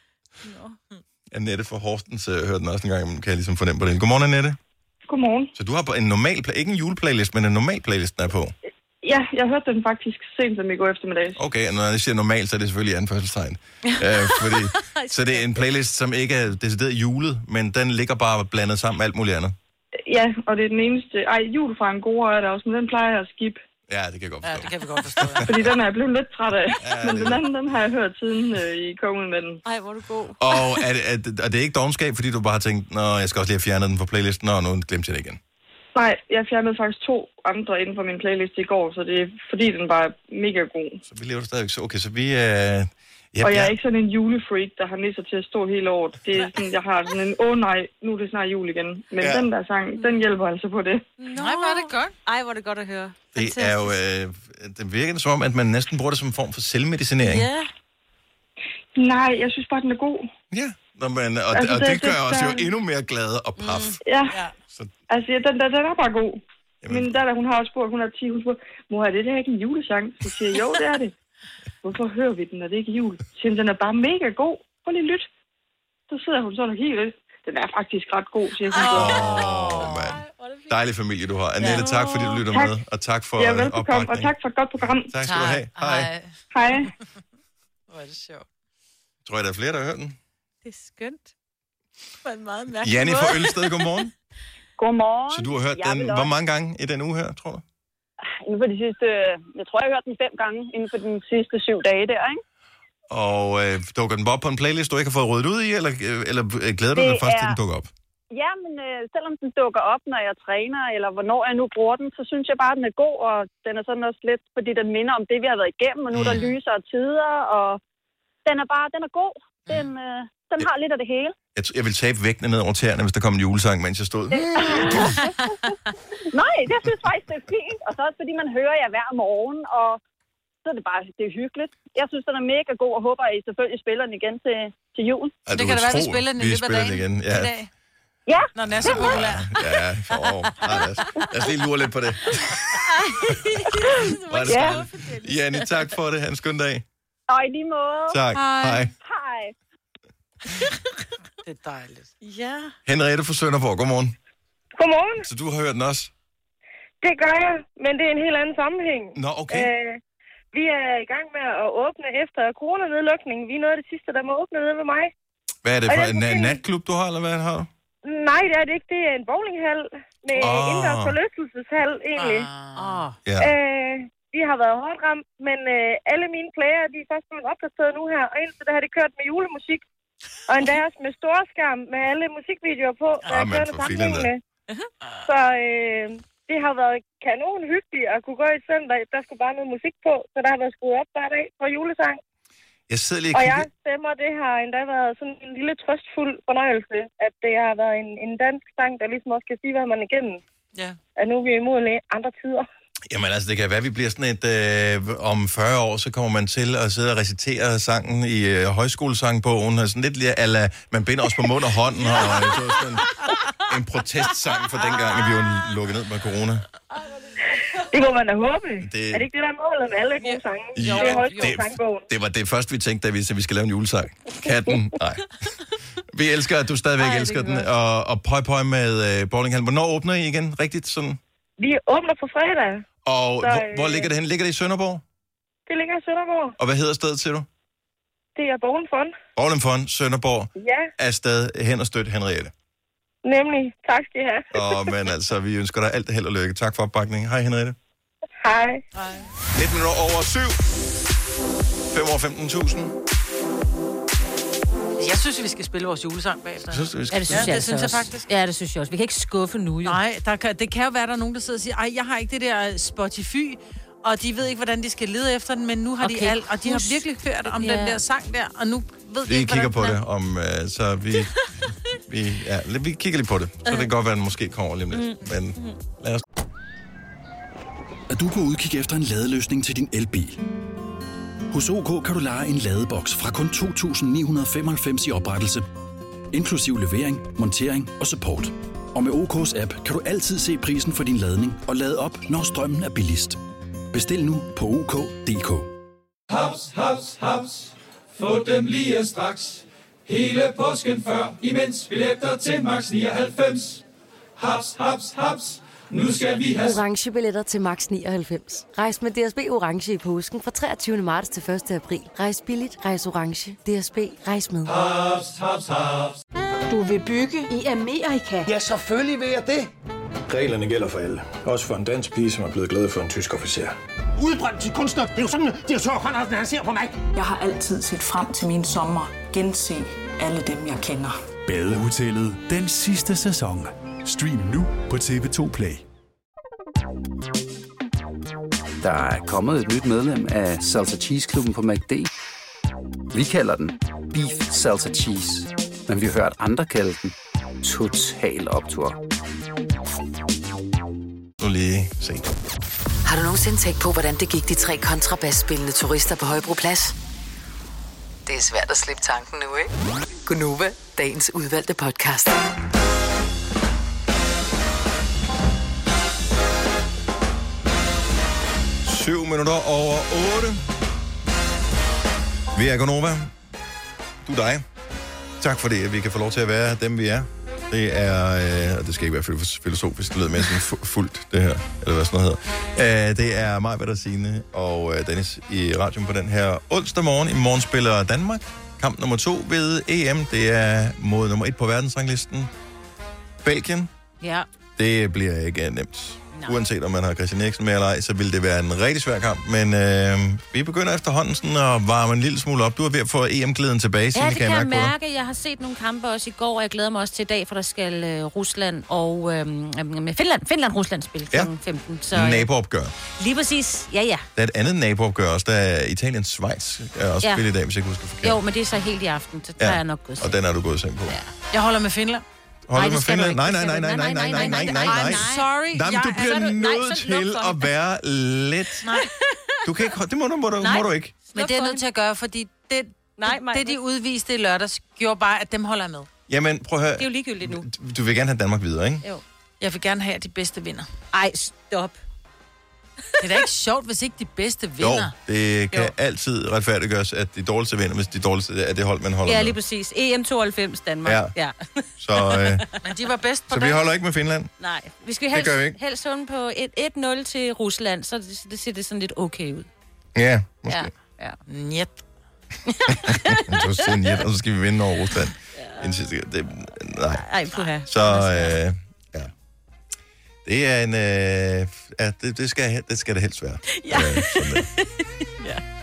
Annette fra Horstens hørte den også en gang, kan jeg ligesom fornemme på det. Godmorgen, Annette. Godmorgen. Så du har en normal, ikke en juleplaylist, men en normal playlist, der er på? Ja, jeg hørte den faktisk sent som i går eftermiddag. Okay, og når jeg siger normal, så er det selvfølgelig anførselstegn. Så det er en playlist, som ikke er decideret julet, men den ligger bare blandet sammen med alt muligt andet. Ja, og det er den eneste... Jul fra en god er der også, men den plejer jeg at skip. Ja, det kan jeg godt forstå. Ja, det kan vi godt forstå. Ja. Fordi den er jeg blevet lidt træt af. Men den anden, den har jeg hørt siden I kongen med den. Ej, hvor er du god. Og er det ikke dovenskab, fordi du bare har tænkt, jeg skal også lige have fjernet den fra playlisten, og nu glemte jeg det igen? Nej, jeg fjernede faktisk 2 andre inden for min playlist i går, så det er fordi, den var mega god. Så vi lever stadigvæk så. Okay, så vi og jeg er ikke sådan en julefreak, der har nisser til at stå hele året. Det er sådan, jeg har sådan en, nej, nu er det snart jul igen. Men den der sang, den hjælper altså på det. Nej, hvor er det godt. Ej, hvor er det godt at høre. Det er jo, det virker som om, at man næsten bruger det som en form for selvmedicinering. Ja. Nej, jeg synes bare, den er god. Ja, og det gør os jo endnu mere glade og paf. Ja, altså den er bare god. Min datter, hun har også spurgt, hun er 10, hun spurgt, mor, er det der ikke en julesang? Så siger jeg, jo, det er det. Hvorfor hører vi den, når det ikke er jul? Så den er bare mega god. Prøv lige lyt. Så sidder hun sådan og helt lidt. Den er faktisk ret god, siger hun. Mand. Dejlig familie, du har. Annette, tak fordi du lytter med, og tak for opbakningen. Og tak for et godt program. Tak skal du have. Hej. Hej. Hvor er det sjovt. Tror jeg, der er flere, der har hørt den? Det er skønt. Det var en meget mærkelig Janne fra Ølsted, godmorgen. Godmorgen. Så du har hørt den, hvor mange gange i den uge her, tror du? Inden for de sidste, jeg tror, jeg har hørt den 5 gange inden for de sidste 7 dage der, ikke? Og dukker den op på en playlist, du ikke har fået ryddet ud i, eller glæder du dig først til, den dukker op? Ja, men selvom den dukker op, når jeg træner, eller hvornår jeg nu bruger den, så synes jeg bare, at den er god, og den er sådan også lidt, fordi den minder om det, vi har været igennem, og nu er der lysere tider, og den er god. Den har lidt af det hele. Jeg vil tabe vægtene ned over tæerne, hvis der kom en julesang, mens jeg stod. Nej, det synes jeg faktisk, det er fint. Og så også fordi man hører jer hver morgen, og så er det er hyggeligt. Jeg synes, den er mega god, og håber, at I selvfølgelig spiller den igen til jul. Så det kan da være, at vi spiller den i løbet af dagen igen. Ja. I dag. Ja. Når den er så populær. Ja, lad os lige lure lidt på det. Janne, tak for det. Ha' en skøn dag. Og i lige måde. Tak. Hej. Hej. Det er dejligt. Ja. Henriette fra Sønderborg, godmorgen. Godmorgen. Så du har hørt den også? Det gør jeg, men det er en helt anden sammenhæng. Nå, okay. Vi er i gang med at åbne efter coronanedlukningen. Vi er noget af det sidste, der må åbne nede ved mig. Hvad er det for en natklub, du har, eller hvad har du? Nej, det er det ikke. Det er en bowlinghal med indendørs forlystelseshal, egentlig. Vi har været hårdt ramt, men alle mine player, de er først blevet opdateret nu her, og indtil det har de kørt med julemusik. Og endda også med storskærm med alle musikvideoer på, der jeg kørte sammen med. Så det har været kanon hyggeligt at kunne gå i søndag. Der skulle bare noget musik på, så der har været skruet op hver dag for julesang. Jeg sidder lige og jeg stemmer, det har endda været sådan en lille trøstfuld fornøjelse, at det har været en dansk sang, der ligesom også kan sige, hvad man er igennem. Ja. At nu er vi imod andre tider. Jamen altså, det kan være, at vi bliver sådan et... om 40 år, så kommer man til at sidde og recitere sangen i højskolesangbogen. Og sådan lidt ala, man binder os på mund og hånden. Og så sådan en protestsang for dengang, at vi var lukket ned med corona. Det må man da håbe. Er det ikke det, der er målet med alle gode sange? Jo, det er højskolesangbogen. Det var det første, vi tænkte, da vi skal lave en julesang. Katten? Nej. Vi elsker, at du stadigvæk elsker den. Og pøj med bowlinghal. Hvornår åbner I igen? Rigtigt sådan? Vi åbner på fredag. Og så, hvor ligger det hen? Ligger det i Sønderborg? Det ligger i Sønderborg. Og hvad hedder stedet, siger du? Det er Bowling Fun. Bowling Fun, Sønderborg. Ja. Afsted hen og støt Henriette. Nemlig. Tak skal I have. Men altså, vi ønsker dig alt held og lykke. Tak for opbakningen. Hej, Henriette. Hej. 1 minut over 7. 5 år 15.000. Jeg synes, vi skal spille vores julesang bagefter. Synes du, vi skal? Ja, det synes, det synes jeg faktisk. Ja, det synes jeg også. Vi kan ikke skuffe nu, jo. Nej, det kan jo være, der er nogen, der sidder og siger, ej, jeg har ikke det der Spotify, og de ved ikke, hvordan de skal lede efter den, men nu har de alt, og de har virkelig hørt om den der sang der, og nu ved de ikke, kigger på det, så vi kigger lige på det. Så det kan godt være, at den måske kommer lige om lidt. Men lad os... Er du på udkig efter en ladeløsning til din elbil? Hos OK kan du leje en ladeboks fra kun 2.995 i oprettelse, inklusiv levering, montering og support. Og med OK's app kan du altid se prisen for din ladning og lade op, når strømmen er billigst. Bestil nu på OK.dk. Haps, haps, haps. Få dem lige straks. Hele påsken før, imens billetter til max 99. Haps, haps, haps. Nu skal vi have... Orange billetter til max 99. Rejs med DSB Orange i påsken fra 23. marts til 1. april. Rejs billigt, rejs orange. DSB, rejs med. Haps, haps, haps. Du vil bygge i Amerika? Ja, selvfølgelig vil jeg det. Reglerne gælder for alle. Også for en dansk pige, som er blevet glad for en tysk officer. Udbrændt til kunstner. Det er jo sådan, at direktør Conradsen, han ser på mig. Jeg har altid set frem til min sommer. Gense alle dem, jeg kender. Badehotellet den sidste sæson. Stream nu på TV2 Play. Der er kommet et nyt medlem af Salsa Cheese Klubben på McD. Vi kalder den Beef Salsa Cheese, men vi har hørt andre kalde den Total Optur. Nu lige se. Har du nogensinde tænkt på, hvordan det gik de 3 kontrabasspillende turister på Højbroplads? Det er svært at slippe tanken nu, ikke? Gunova, dagens udvalgte podcast. Syv minutter over 8. Vi er Gunova. Du er dig. Tak fordi vi kan få lov til at være dem, vi er. Det er, det skal ikke være filosofisk, det lyder mere sådan fuldt, det her, eller hvad sådan noget hedder. Det er mig, Signe og Dennis i radioen på den her onsdag morgen. I morgen spiller Danmark kamp nummer 2 ved EM. Det er mod nummer 1 på verdensranglisten. Belgien. Ja. Det bliver ikke nemt. Uanset om man har Christian Eriksen med eller ej, så vil det være en rigtig svær kamp. Men vi begynder efterhånden sådan at varme en lille smule op. Du er ved at få EM-glæden tilbage, Signe, det kan jeg mærke. Jeg har set nogle kampe også i går, og jeg glæder mig også til i dag, for der skal Rusland og med Finland-Rusland spille kl. 15. Så, naboopgør. Lige præcis, ja. Der er et andet naboopgør også, der er Italien-Schweiz er også spillet i dag, hvis jeg ikke husker forkert. Jo, men det er så helt i aften, så der er jeg nok gået og den er du gået seng på. Ja. Jeg holder med Finland. Holder med Finland? Nej. Sorry. Nej, men du bliver nødt til at være lidt... Nej. Du kan ikke... Det må du ikke. Men det er nødt til at gøre, fordi det de udviste i lørdags, gjorde bare, at dem holder med. Jamen, prøv at høre. Det er jo ligegyldigt nu. Du vil gerne have Danmark videre, ikke? Jo. Jeg vil gerne have, at de bedste vinder. Ej, stop. Det er da ikke sjovt, hvis ikke de bedste vinder. Jo, det kan altid retfærdiggøres, at de dårligste vinder, hvis de dårligste er det hold, man holder med. Ja, lige præcis. EM 92 Danmark. Ja. Så, men de var bedst på så vi holder ikke med Finland? Nej. Vi skal helst runde på 1-0 til Rusland, så det ser det sådan lidt okay ud. Ja, måske. Ja. Njet. Du siger njet, og så skal vi vinde over Rusland. Ja. Nej. Ej, puha. Så, det er en... det skal det helst være. Ja. Ja.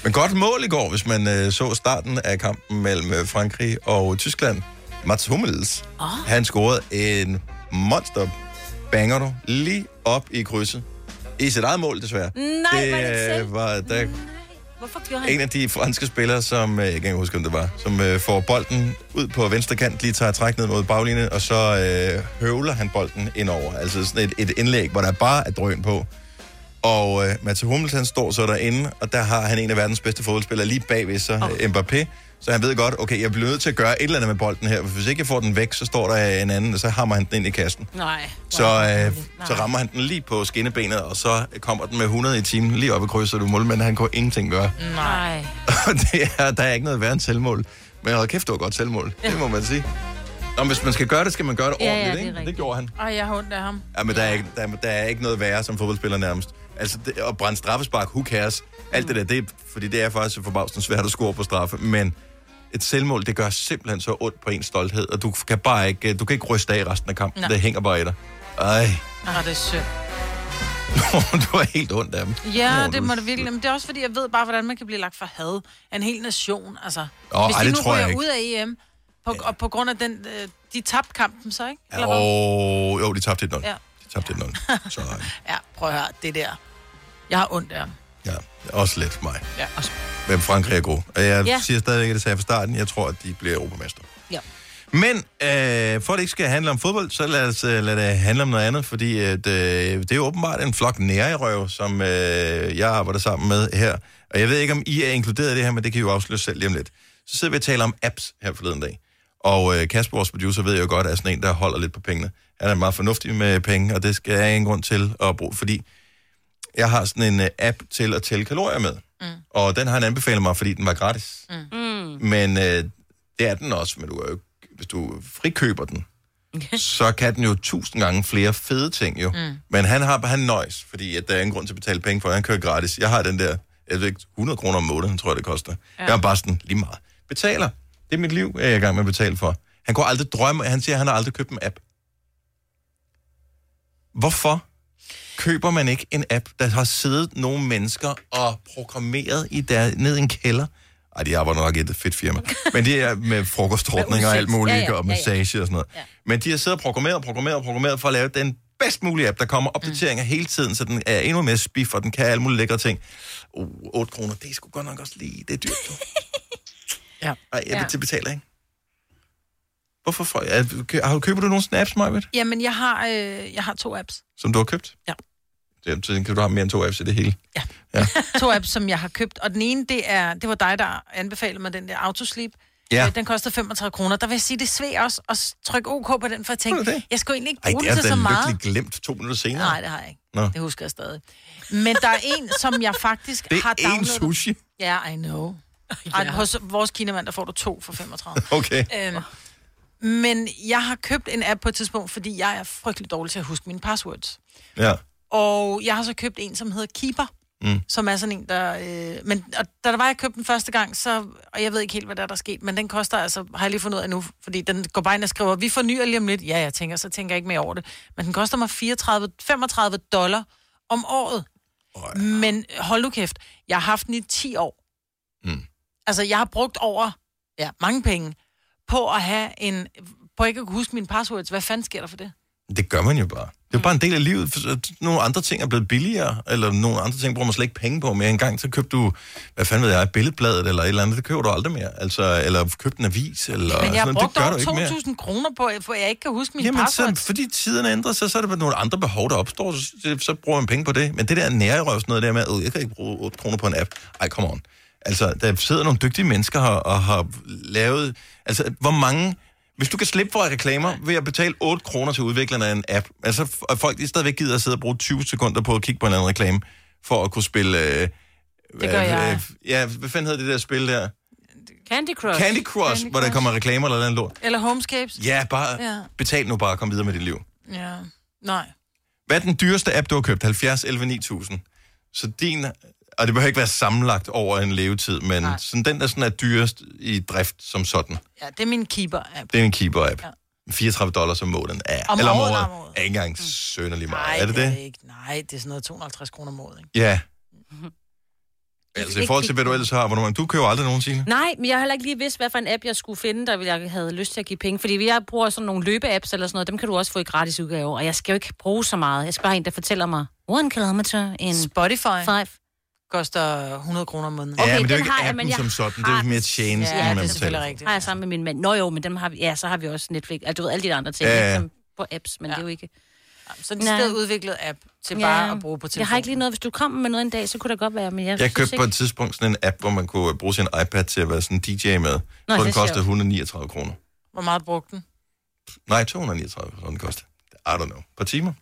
Men godt mål i går, hvis man så starten af kampen mellem Frankrig og Tyskland. Mats Hummels, han scorede en monster banger du lige op i krydset. I sit eget mål, desværre. Nej, var der Hvorfor gjorde han en af de franske spillere, som jeg kan ikke huske, om det var, som får bolden ud på venstre kant, lige tager træk ned mod baglinjen, og så høvler han bolden indover. Altså sådan et indlæg, hvor der bare er drøn på. Og Mats Hummels, han står så derinde, og der har han en af verdens bedste fodboldspillere lige bagved sig, Mbappé. Så han ved godt, okay, jeg bliver nødt til at gøre et eller andet med bolden her. Hvis ikke jeg får den væk, så står der en anden, og så hammer han den ind i kassen. Nej. Så rammer han den lige på skinnebenet, og så kommer den med 100 i timen lige op i krydset, du målmand, han kunne ingenting gøre. Nej. Og der er ikke noget værre end selvmål. Men hold kæft, det var godt selvmål. Det må man sige. Nå, hvis man skal gøre det, skal man gøre det ordentligt, ikke? Det gjorde han. Og jeg har ondt af ham. Ja, men der er ikke noget værre som fodboldspiller nærmest. Altså, at brænde straffespark, who cares? Alt det der, det er, fordi det er faktisk forbavsende svært at score på straffe, men et selvmål, det gør simpelthen så ondt på ens stolthed, og du kan ikke ryste af resten af kampen. Nej. Det hænger bare i dig. Ej. Det er synd. Du er helt ondt af dem. Ja, det må det virkelig. Men det er også fordi, jeg ved bare, hvordan man kan blive lagt for had af en hel nation. Altså, hvis de nu ryger ud af EM, på grund af den, de tabte kampen så, ikke? Jo, de tabte 1-0. Ja. De tabte 1-0. Så, ja, prøv at høre, det der. Jeg har ondt af ham. Ja, også lidt for mig. Ja, også. Men Frankrig er god. Og jeg siger stadigvæk, at det sagde fra starten. Jeg tror, at de bliver europamester. Ja. Men for at det ikke skal handle om fodbold, så lad det handle om noget andet, fordi det er åbenbart en flok nærerøv, som jeg arbejder sammen med her. Og jeg ved ikke, om I er inkluderet i det her, men det kan I jo afsløre selv lige om lidt. Så sidder vi og taler om apps her forleden dag. Og Kasper, vores producer, ved jo godt, er sådan en, der holder lidt på pengene. Han er meget fornuftig med penge, og det skal jeg ingen grund til at bruge, fordi jeg har sådan en app til at tælle kalorier med. Og den har han anbefalet mig, fordi den var gratis. Men det er den også, men hvis du frikøber den, så kan den jo 1000 gange flere fede ting jo. Men han nøjes, fordi at der er ingen grund til at betale penge for, han kører gratis. Jeg har den der, jeg ved ikke, 100 kroner om måneden, tror jeg, det koster. Ja. Jeg har bare sådan lige meget. Betaler. Det er mit liv, jeg er i gang med at betale for. Han kunne aldrig drømme, han siger, at han har aldrig købt en app. Hvorfor køber man ikke en app, der har siddet nogle mennesker og programmeret ned i en kælder? Ej, de arbejder nok i et fedt firma. Men det er med frokostordning og alt muligt, og massage og sådan noget. Ja. Men de har siddet og programmeret for at lave den bedst mulige app. Der kommer opdateringer hele tiden, så den er endnu mere spiff, og den kan alle mulige lækre ting. 8 kroner, det er sgu godt nok også lige, det er dyrt. Ja. Ej, jeg betaler ikke. Hvorfor? Køber du nogle snaps, Majbet? Jamen, jeg har 2 apps. Som du har købt? Ja. Så kan du have mere end 2 apps i det hele? Ja. 2 apps, som jeg har købt. Og den ene, det var dig, der anbefalede mig den der Autosleep. Ja. Den koster 35 kroner. Der vil jeg sige, det sved også at trykke OK på den, for at tænke, jeg skal egentlig ikke bruge det til så meget. Ej, det er lykkeligt glemt 2 minutter senere. Nej, det har jeg ikke. Nå. Det husker jeg stadig. Men der er en, som jeg faktisk har downloadet. Det er en sushi? Ja, I know. Ej, hos vores kinemand, der får du 2 for 35. Okay. Men jeg har købt en app på et tidspunkt, fordi jeg er frygtelig dårlig til at huske mine passwords. Ja. Og jeg har så købt en, som hedder Keeper, som er sådan en, der... men da jeg købte den første gang, og jeg ved ikke helt, hvad der er sket, men den koster altså, har jeg lige fundet ud af nu, fordi den går bare ind og skriver, vi fornyer lige om lidt. Ja, jeg tænker jeg ikke mere over det. Men den koster mig $35 om året. Men hold nu kæft, jeg har haft den i 10 år. Altså, jeg har brugt over mange penge på at have på ikke at kunne huske mine passwords. Hvad fanden sker der for det? Det gør man jo bare. Det er jo bare en del af livet. Nogle andre ting er blevet billigere, eller nogle andre ting bruger man slet ikke penge på mere. En gang så købte du, hvad fanden ved jeg, Billedbladet eller et eller andet, det køber du aldrig mere. Altså, eller købte en avis, eller men jeg har brugt over 2.000 2.000 kroner på, for jeg ikke kan huske mine passwords. Så, fordi tiderne ændrer sig, så er der nogle andre behov, der opstår, så bruger man penge på det. Men det der nærrøv, sådan noget der med, jeg kan ikke bruge 8 kroner på en app. Ej, come on. Altså, der sidder nogle dygtige mennesker her og har lavet... Altså, hvor mange... Hvis du kan slippe for reklamer ved at betale 8 kroner til udviklerne af en app, altså folk de stadigvæk gider at sidde og bruge 20 sekunder på at kigge på en anden reklame, for at kunne spille... det gør jeg. Ja, hvad fanden hedder det der spil der? Candy Crush. Candy Crush, hvor der kommer reklamer eller noget lort. Eller Homescapes. Ja, bare betal nu bare og kom videre med dit liv. Ja, nej. Hvad er den dyreste app, du har købt? 70, 11, 9000. Så din... Og det behøver ikke være sammenlagt over en levetid, men sådan, den der sådan er dyrest i drift som sådan. Ja, det er min Keeper-app. Det er en Keeper-app. Ja. $34 om måneden. Om året. Er ikke engang sønderlig meget. Nej, er det? Ikke. Nej, det er sådan noget 250 kroner om året. Ikke? Ja. Altså i forhold til, hvad du ellers har, hvor du køber aldrig nogensinde. Nej, men jeg har heller ikke lige vidst, hvad for en app, jeg skulle finde, der jeg havde lyst til at give penge. Fordi jeg bruger sådan nogle løbe-apps eller sådan noget, dem kan du også få i gratis udgave. Og jeg skal jo ikke bruge så meget. Jeg skal bare have en, der fortæller mig, 1 kilometer in Spotify 5. Koster 100 kroner om måneden. Okay, ja, men det er jo ikke appen som sådan. Det er jo mere tjenesten, man det er selvfølgelig betaler. rigtigt. Har jeg sammen med min mand. Nå jo, men dem har vi, ja, så har vi også Netflix. Altså, du ved, alle de andre ting, som på apps, men det er jo ikke... Så det er udviklet app til bare at bruge på telefonen. Jeg har ikke lige noget. Hvis du kommer med noget en dag, så kunne det godt være, men jeg købte på et tidspunkt sådan en app, hvor man kunne bruge sin iPad til at være sådan en DJ med. Nå, og den kostede 139 kroner. Hvor meget brugte den? Nej, 239 kroner den kostede. I don't know. Par timer.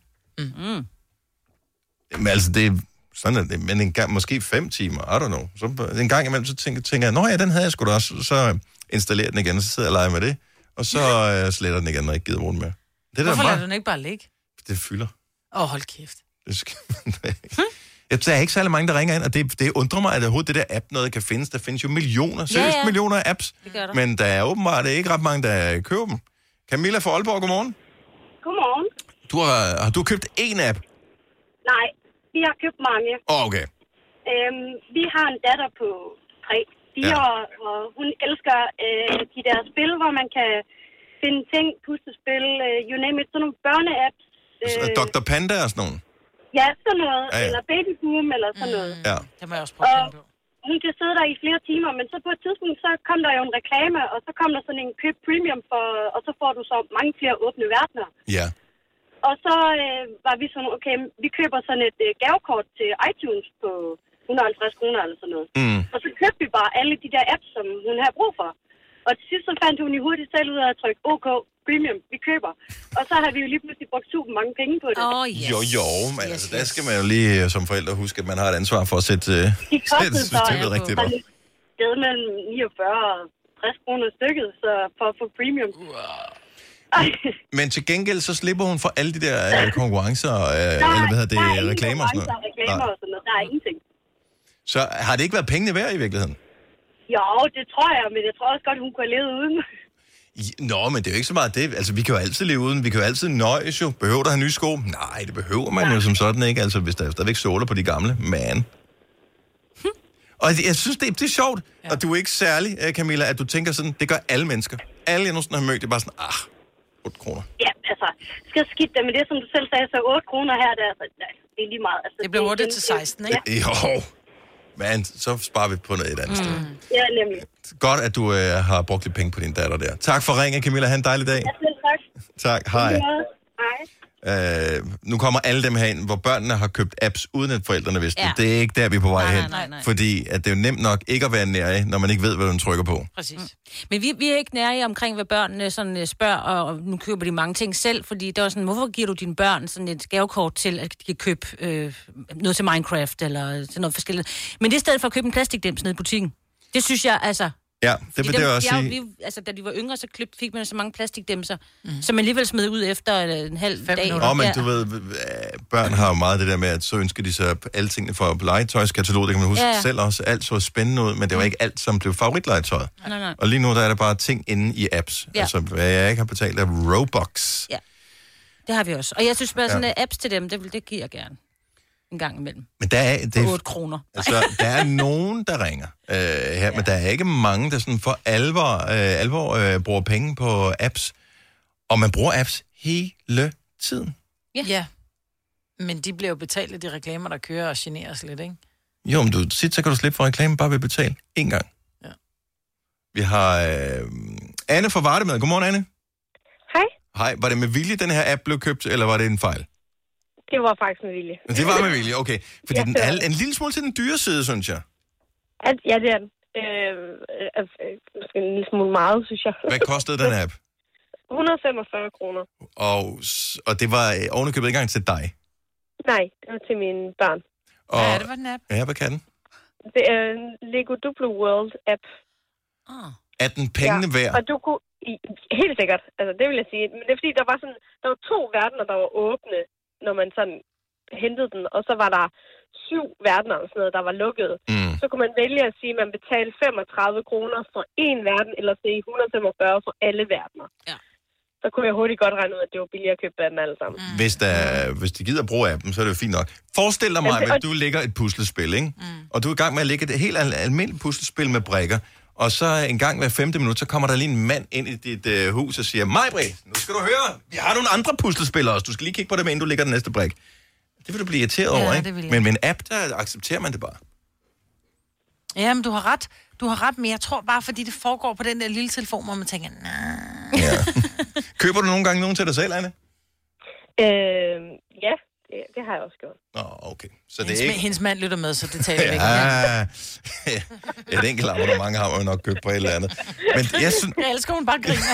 Jamen altså, det er sådan, at det, men en gang, måske 5 timer. I don't know. Så en gang imellem, så tænker jeg, nå ja, den havde jeg sgu da også. Så installerer den igen, og så sidder jeg og leger med det. Og så sletter den igen, når jeg ikke gider bruge den med. Hvorfor lader du den ikke bare ligge? Det fylder. Hold kæft. Det skal man ikke. Der er ikke særlig mange, der ringer ind, og det undrer mig, at overhovedet det der app noget kan findes. Der findes jo millioner, millioner af apps. Men der er åbenbart ikke ret mange, der køber dem. Camilla fra Aalborg, godmorgen. Godmorgen. Har du købt én app? Nej, vi har købt mange. Okay. Vi har en datter på 3 år, og hun elsker de der spil, hvor man kan finde ting, puslespil, you name it, sådan nogle børneapps. Dr. Panda og sådan nogle? Ja, sådan noget. Ja. Eller Baby Boom, eller sådan noget. Ja. Det må jeg også prøve på. Hun kan sidde der i flere timer, men så på et tidspunkt, så kom der jo en reklame, og så kom der sådan en køb premium, og så får du så mange flere åbne verdener. Ja. Og så var vi sådan, okay, vi køber sådan et gavekort til iTunes på 150 kroner eller sådan noget. Og så købte vi bare alle de der apps, som hun havde brug for. Og til sidst så fandt hun i hurtigt selv ud af at trykke OK, premium, vi køber. Og så har vi jo lige pludselig brugt super mange penge på det. Jo, men altså, der skal man jo lige som forældre huske, at man har et ansvar for at sætte systemet rigtigt op. Det er mellem 49 og 60 kroner stykket, så for at få premium. Men til gengæld så slipper hun for alle de der konkurrencer, eller hvad hedder det, reklamer og sådan noget. Reklamer og sådan noget. Der er ingenting. Så har det ikke været pengene værd i virkeligheden? Jo, det tror jeg, men jeg tror også godt, hun kunne have levet uden. Nå, men det er jo ikke så meget det. Altså, vi kan jo altid leve uden. Vi kan jo altid nøjes jo. Behøver der have nye sko? Nej, det behøver man jo som sådan ikke. Altså, hvis der er stadigvæk såler på de gamle. Man. Og jeg synes, det er sjovt. Og du er ikke særlig, Camilla, at du tænker sådan, det gør alle mennesker. Alle, jeg nogensinde har mødt, det er bare sådan, 8 kroner. Ja, altså, skal skidt det med det, som du selv sagde, så 8 kroner her, det er lige meget. Altså, det bliver hurtigt til 16, ikke? Ja. Jo. Men så sparer vi på noget et andet sted. Ja, nemlig. Godt, at du har brugt lidt penge på din datter der. Tak for ringen, Camilla. Ha' en dejlig dag. Ja, tak. Tak. Hej. Hej. Nu kommer alle dem herind, hvor børnene har købt apps, uden at forældrene vidste det. Det er ikke der, vi er på vej hen. Nej. Fordi at det er jo nemt nok ikke at være nærig, når man ikke ved, hvad man trykker på. Præcis. Men vi er ikke nærige omkring, hvad børnene sådan spørger, og nu køber de mange ting selv, fordi der var sådan, hvorfor giver du dine børn sådan et gavekort til, at de kan købe noget til Minecraft, eller til noget forskelligt. Men det er i stedet for at købe en plastikdims nede i butikken. Det synes jeg, altså... Ja, det vil det også sige. Altså, da de var yngre, så fik man så mange plastikdæmser, som man alligevel smed ud efter en halv dag. Men du ved, børn har jo meget det der med, at så ønsker de sig alle tingene fra legetøjskatalog, det kan man huske selv også. Alt så spændende ud, men det var ikke alt, som blev favoritlegetøjet. Nej. Og lige nu, der er der bare ting inde i apps. Ja. Altså, hvad jeg ikke har betalt af Robux. Ja, det har vi også. Og jeg synes bare, sådan apps til dem, det giver jeg gerne. En gang imellem. Men der er... Det, 8 kroner. Altså, der er nogen, der ringer her, men der er ikke mange, der sådan for alvor bruger penge på apps. Og man bruger apps hele tiden. Ja. Men de bliver jo betalt af de reklamer, der kører og generer os lidt, ikke? Jo, men så kan du slippe for reklamen bare ved at betale én gang. Ja. Vi har Anne fra Varde med. Godmorgen, Anne. Hej. Hej. Var det med vilje, den her app blev købt, eller var det en fejl? Det var faktisk med vilje. Det var med vilje, okay. Fordi den er en lille smule til den dyre side, synes jeg. Ja, det er den. En lille smule meget, synes jeg. Hvad kostede den app? 145 kroner. Og det var ovenikøbet ikke engang til dig? Nej, det var til mine børn. Hvad er det for en app? Ja, hvad kan den? Det er en Lego Duplo World app. Er den pengene værd? Og du kunne... Helt sikkert. Altså, det vil jeg sige. Men det er fordi, der var 2 verdener, der var åbne, når man sådan hentede den, og så var der 7 verdener og sådan noget, der var lukket. Så kunne man vælge at sige, at man betalte 35 kroner for 1 verden, eller sige 145 for alle verdener. Ja. så kunne jeg hurtigt godt regne ud, at det var billigere at købe dem alle sammen. Hvis de gider bruge appen, så er det jo fint nok. Forestil dig mig, at du lægger et puslespil, ikke? Og du er i gang med at lægge et helt almindeligt puslespil med brikker, og så en gang hver 5. minut, så kommer der lige en mand ind i dit hus og siger, Maj-Brit, nu skal du høre, vi har nogle andre puslespillere også. Du skal lige kigge på dem, inden du lægger den næste brik. Det vil du blive irriteret over, ikke? Men med en app, der accepterer man det bare. Ja, men du har ret. Du har ret, men jeg tror bare, fordi det foregår på den der lille telefon, hvor man tænker, nej. Ja. Køber du nogle gange nogen til dig selv, Anne? Ja, det har jeg også gjort. Okay. Så det er ikke... Hendes mand lytter med, så det taler vi ikke. Ja, det er enkelt hvor mange har man nok købt på et eller andet. Men jeg elsker, hun bare griner.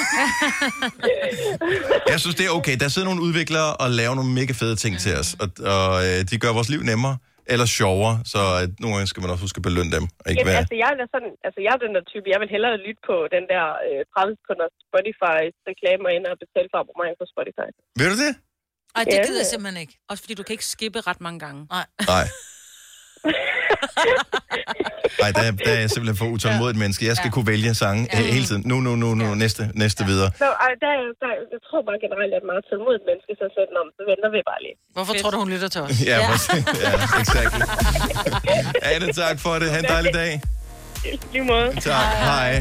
Jeg synes, det er okay. Der sidder nogle udviklere og laver nogle mega fede ting til os, og de gør vores liv nemmere. Eller sjovere, så nogle gange skal man også huske at belønne dem. Og ikke være... jeg er den der type, jeg vil hellere lytte på den der 30 sekunder Spotify-reklamer ind og betale for abonnement på Spotify. Ved du det? Ej, det gider jeg simpelthen ikke. Også fordi du kan ikke skippe ret mange gange. Nej. Nej, der er jeg simpelthen for utålmodigt menneske. Jeg skal kunne vælge sange hele tiden. Nu, næste videre. Jeg tror bare generelt, at jeg er meget tålmodigt menneske, så venter vi bare lige. Hvorfor tror du, hun lytter til os? Ja, exakt. Anne, tak for det. Ha' en dejlig dag. Lige måde. Tak. Hej.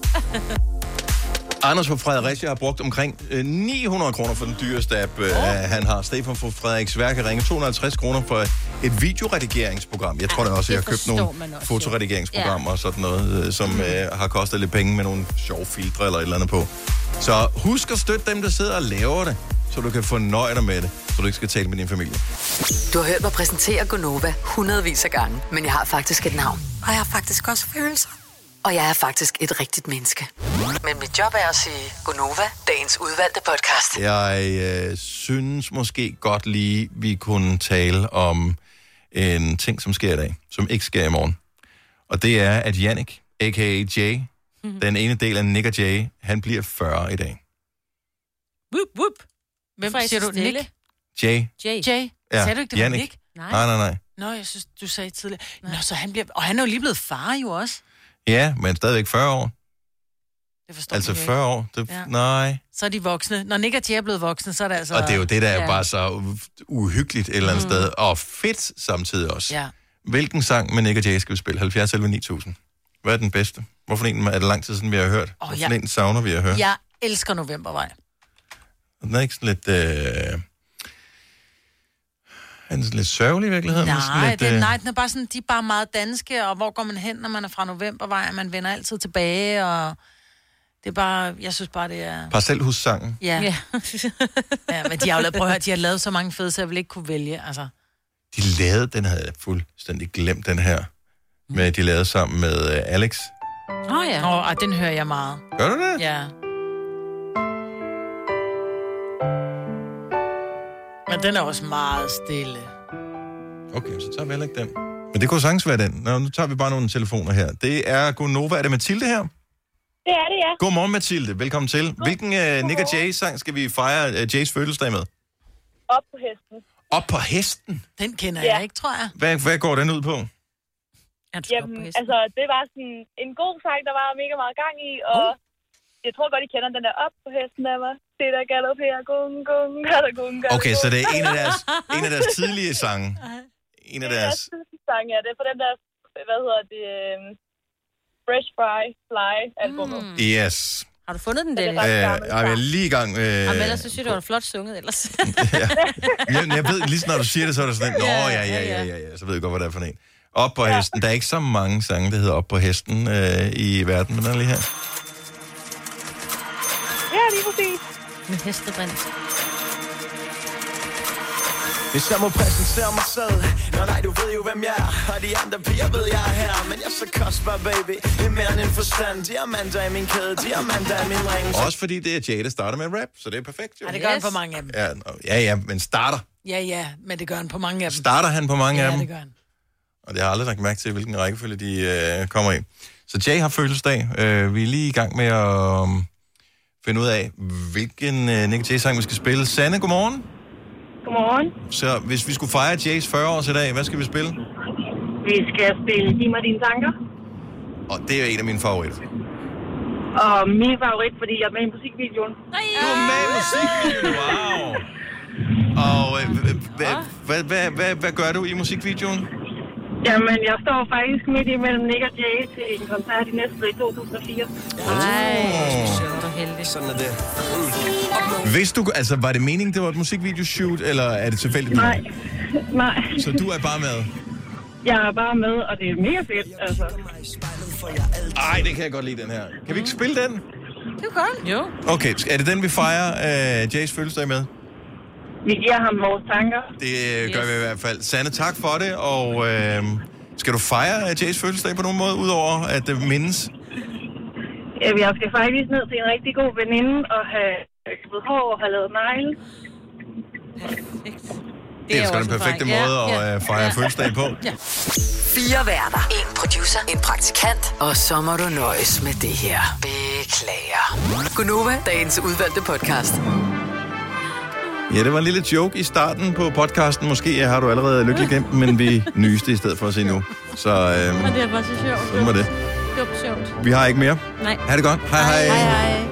Anders fra Fredericia har brugt omkring 900 kroner for den dyreste app, han har. Stefan fra Frederiksværk har ringet 250 kroner for et videoredigeringsprogram. Jeg tror da også, jeg har købt nogle fotoredigeringsprogrammer og sådan noget, som har kostet lidt penge med nogle sjove filtre eller et eller andet på. Så husk at støtte dem, der sidder og laver det, så du kan fornøje dig med det, så du ikke skal tale med din familie. Du har hørt mig præsentere Gonova hundredvis af gange, men jeg har faktisk et navn. Og jeg har faktisk også følelser. Og jeg er faktisk et rigtigt menneske. Men mit job er at sige Gonova, dagens udvalgte podcast. Jeg synes måske godt lige, vi kunne tale om en ting, som sker i dag, som ikke sker i morgen. Og det er, at Jannik, a.k.a. Jay, den ene del af Nick og Jay, han bliver 40 i dag. Whoop, whoop. Hvem siger du? Nick? Jay. Ja. Sagde du ikke, det var Nick? Nej. Nå, jeg synes, du sagde tidligere. Nå, så han bliver... Og han er jo lige blevet far jo også. Ja, men stadigvæk 40 år. Det forstår altså 40 år? Nej. Så er de voksne. Når Nick og Jay er blevet voksne, så er det altså... Og det er jo det, der er bare så uhyggeligt et eller andet sted. Og fedt samtidig også. Ja. Hvilken sang med Nick og Jay skal vi spille? 70 eller 9000? Hvad er den bedste? Hvorfor en er det lang tid siden, vi har hørt? Hvorfor en savner vi at høre? Jeg elsker Novembervej. Den er ikke sådan lidt... Er den sådan lidt sørgelig i virkeligheden? Nej, den er bare sådan, de er bare meget danske, og hvor går man hen, når man er fra Novembervej, man vender altid tilbage, og det er bare, jeg synes bare, det er... Parcelhussangen. Ja. Ja, men de har jo lavet, prøv at høre, de har lavet så mange fede, så jeg vil ikke kunne vælge, altså. De lavede, den havde jeg fuldstændig glemt, den her, med de lavede sammen med Alex. Og den hører jeg meget. Gør du det? Ja. Men den er også meget stille. Okay, så tager vi heller ikke den. Men det kunne sagtens være den. Nå, nu tager vi bare nogle telefoner her. Det er Gonova. Er det Mathilde her? Det er det, ja. Godmorgen, Mathilde. Velkommen til. Hvilken Nick og Jay-sang skal vi fejre Jays fødselsdag med? Op på hesten. Op på hesten? Den kender jeg ikke, tror jeg. Hvad går den ud på? Jamen, altså, det var sådan en god sang, der var mega meget gang i, og jeg tror godt, I kender den der op på hesten, der var det, der galopperer, gung, gung, gung. Okay, så det er en af deres tidlige sange. En af deres... sang, ja. Det er på den der, hvad hedder det, Fresh Fly albumet. Yes. Har du fundet den, Dennis? Jeg er lige i gang. Men ellers så synes jeg, det var flot sunget ellers. Jeg ved, lige når du siger det, så er det sådan, ja, så ved jeg godt, hvad det er for en. Op på hesten. Der er ikke så mange sange, der hedder Op på hesten i verden, men den er lige her. Ja, lige præcis. Med hestebrand. Hvis jeg må præsentere mig selv, nej, du ved jo, hvem jeg er. Og de andre piger ved, jeg er her. Men jeg er så kostbar, baby. Det er mere end en forstand. Diamanter i min kæde, diamanter i min ring. Også fordi det er Jay, der starter med rap, så det er perfekt, jo. Ja, det gør han på mange af dem. Ja, men starter. Ja, men det gør han på mange af dem. Starter han på mange af dem? Ja, det gør han. Og det har jeg aldrig lagt mærke til, hvilken rækkefølge de kommer i. Så Jay har fødselsdag. Vi er lige i gang med at finde ud af, hvilken Nick Jay-sang vi skal spille. Sanne, godmorgen. Godmorgen. Så hvis vi skulle fejre Jays 40 års i dag, hvad skal vi spille? Vi skal spille Giv mig dine tanker. Og det er en af mine favoritter. Og min favorit, fordi jeg er med i musikvideoen. Du er med i musikvideoen, wow. Og hvad gør du i musikvideoen? Jamen, jeg står faktisk midt imellem Nick og Jay til en koncert i Næstved i 2004. Du er heldig. Sådan er det. Vidste du, altså var det meningen, det var et musikvideoshoot, eller er det tilfældigt? Nej. Så du er bare med? Jeg er bare med, og det er mega fedt, altså. Ej, det kan jeg godt lide, den her. Kan vi ikke spille den? Det er godt. Jo. Okay, er det den, vi fejrer Jays fødselsdag med? Vi giver ham vores tanker. Det gør vi i hvert fald. Sanne, tak for det, og skal du fejre Jays fødselsdag på nogen måde, udover at det mindes? Jeg skal faktisk ned til en rigtig god veninde og have klippet hår og have lavet negle. Det er sgu den perfekte måde at fejre fødselsdag på. Ja. 4 værter. 1 producer. 1 praktikant. Og så må du nøjes med det her. Beklager. Gunova, dagens udvalgte podcast. Ja, det var en lille joke i starten på podcasten. Måske har du allerede lykkelig glemt, men vi nyste i stedet for at se nu. Så det er bare så sjovt. sådan var det. Det var sjovt. Vi har ikke mere. Nej. Ha' det godt. Hej hej. Hej hej.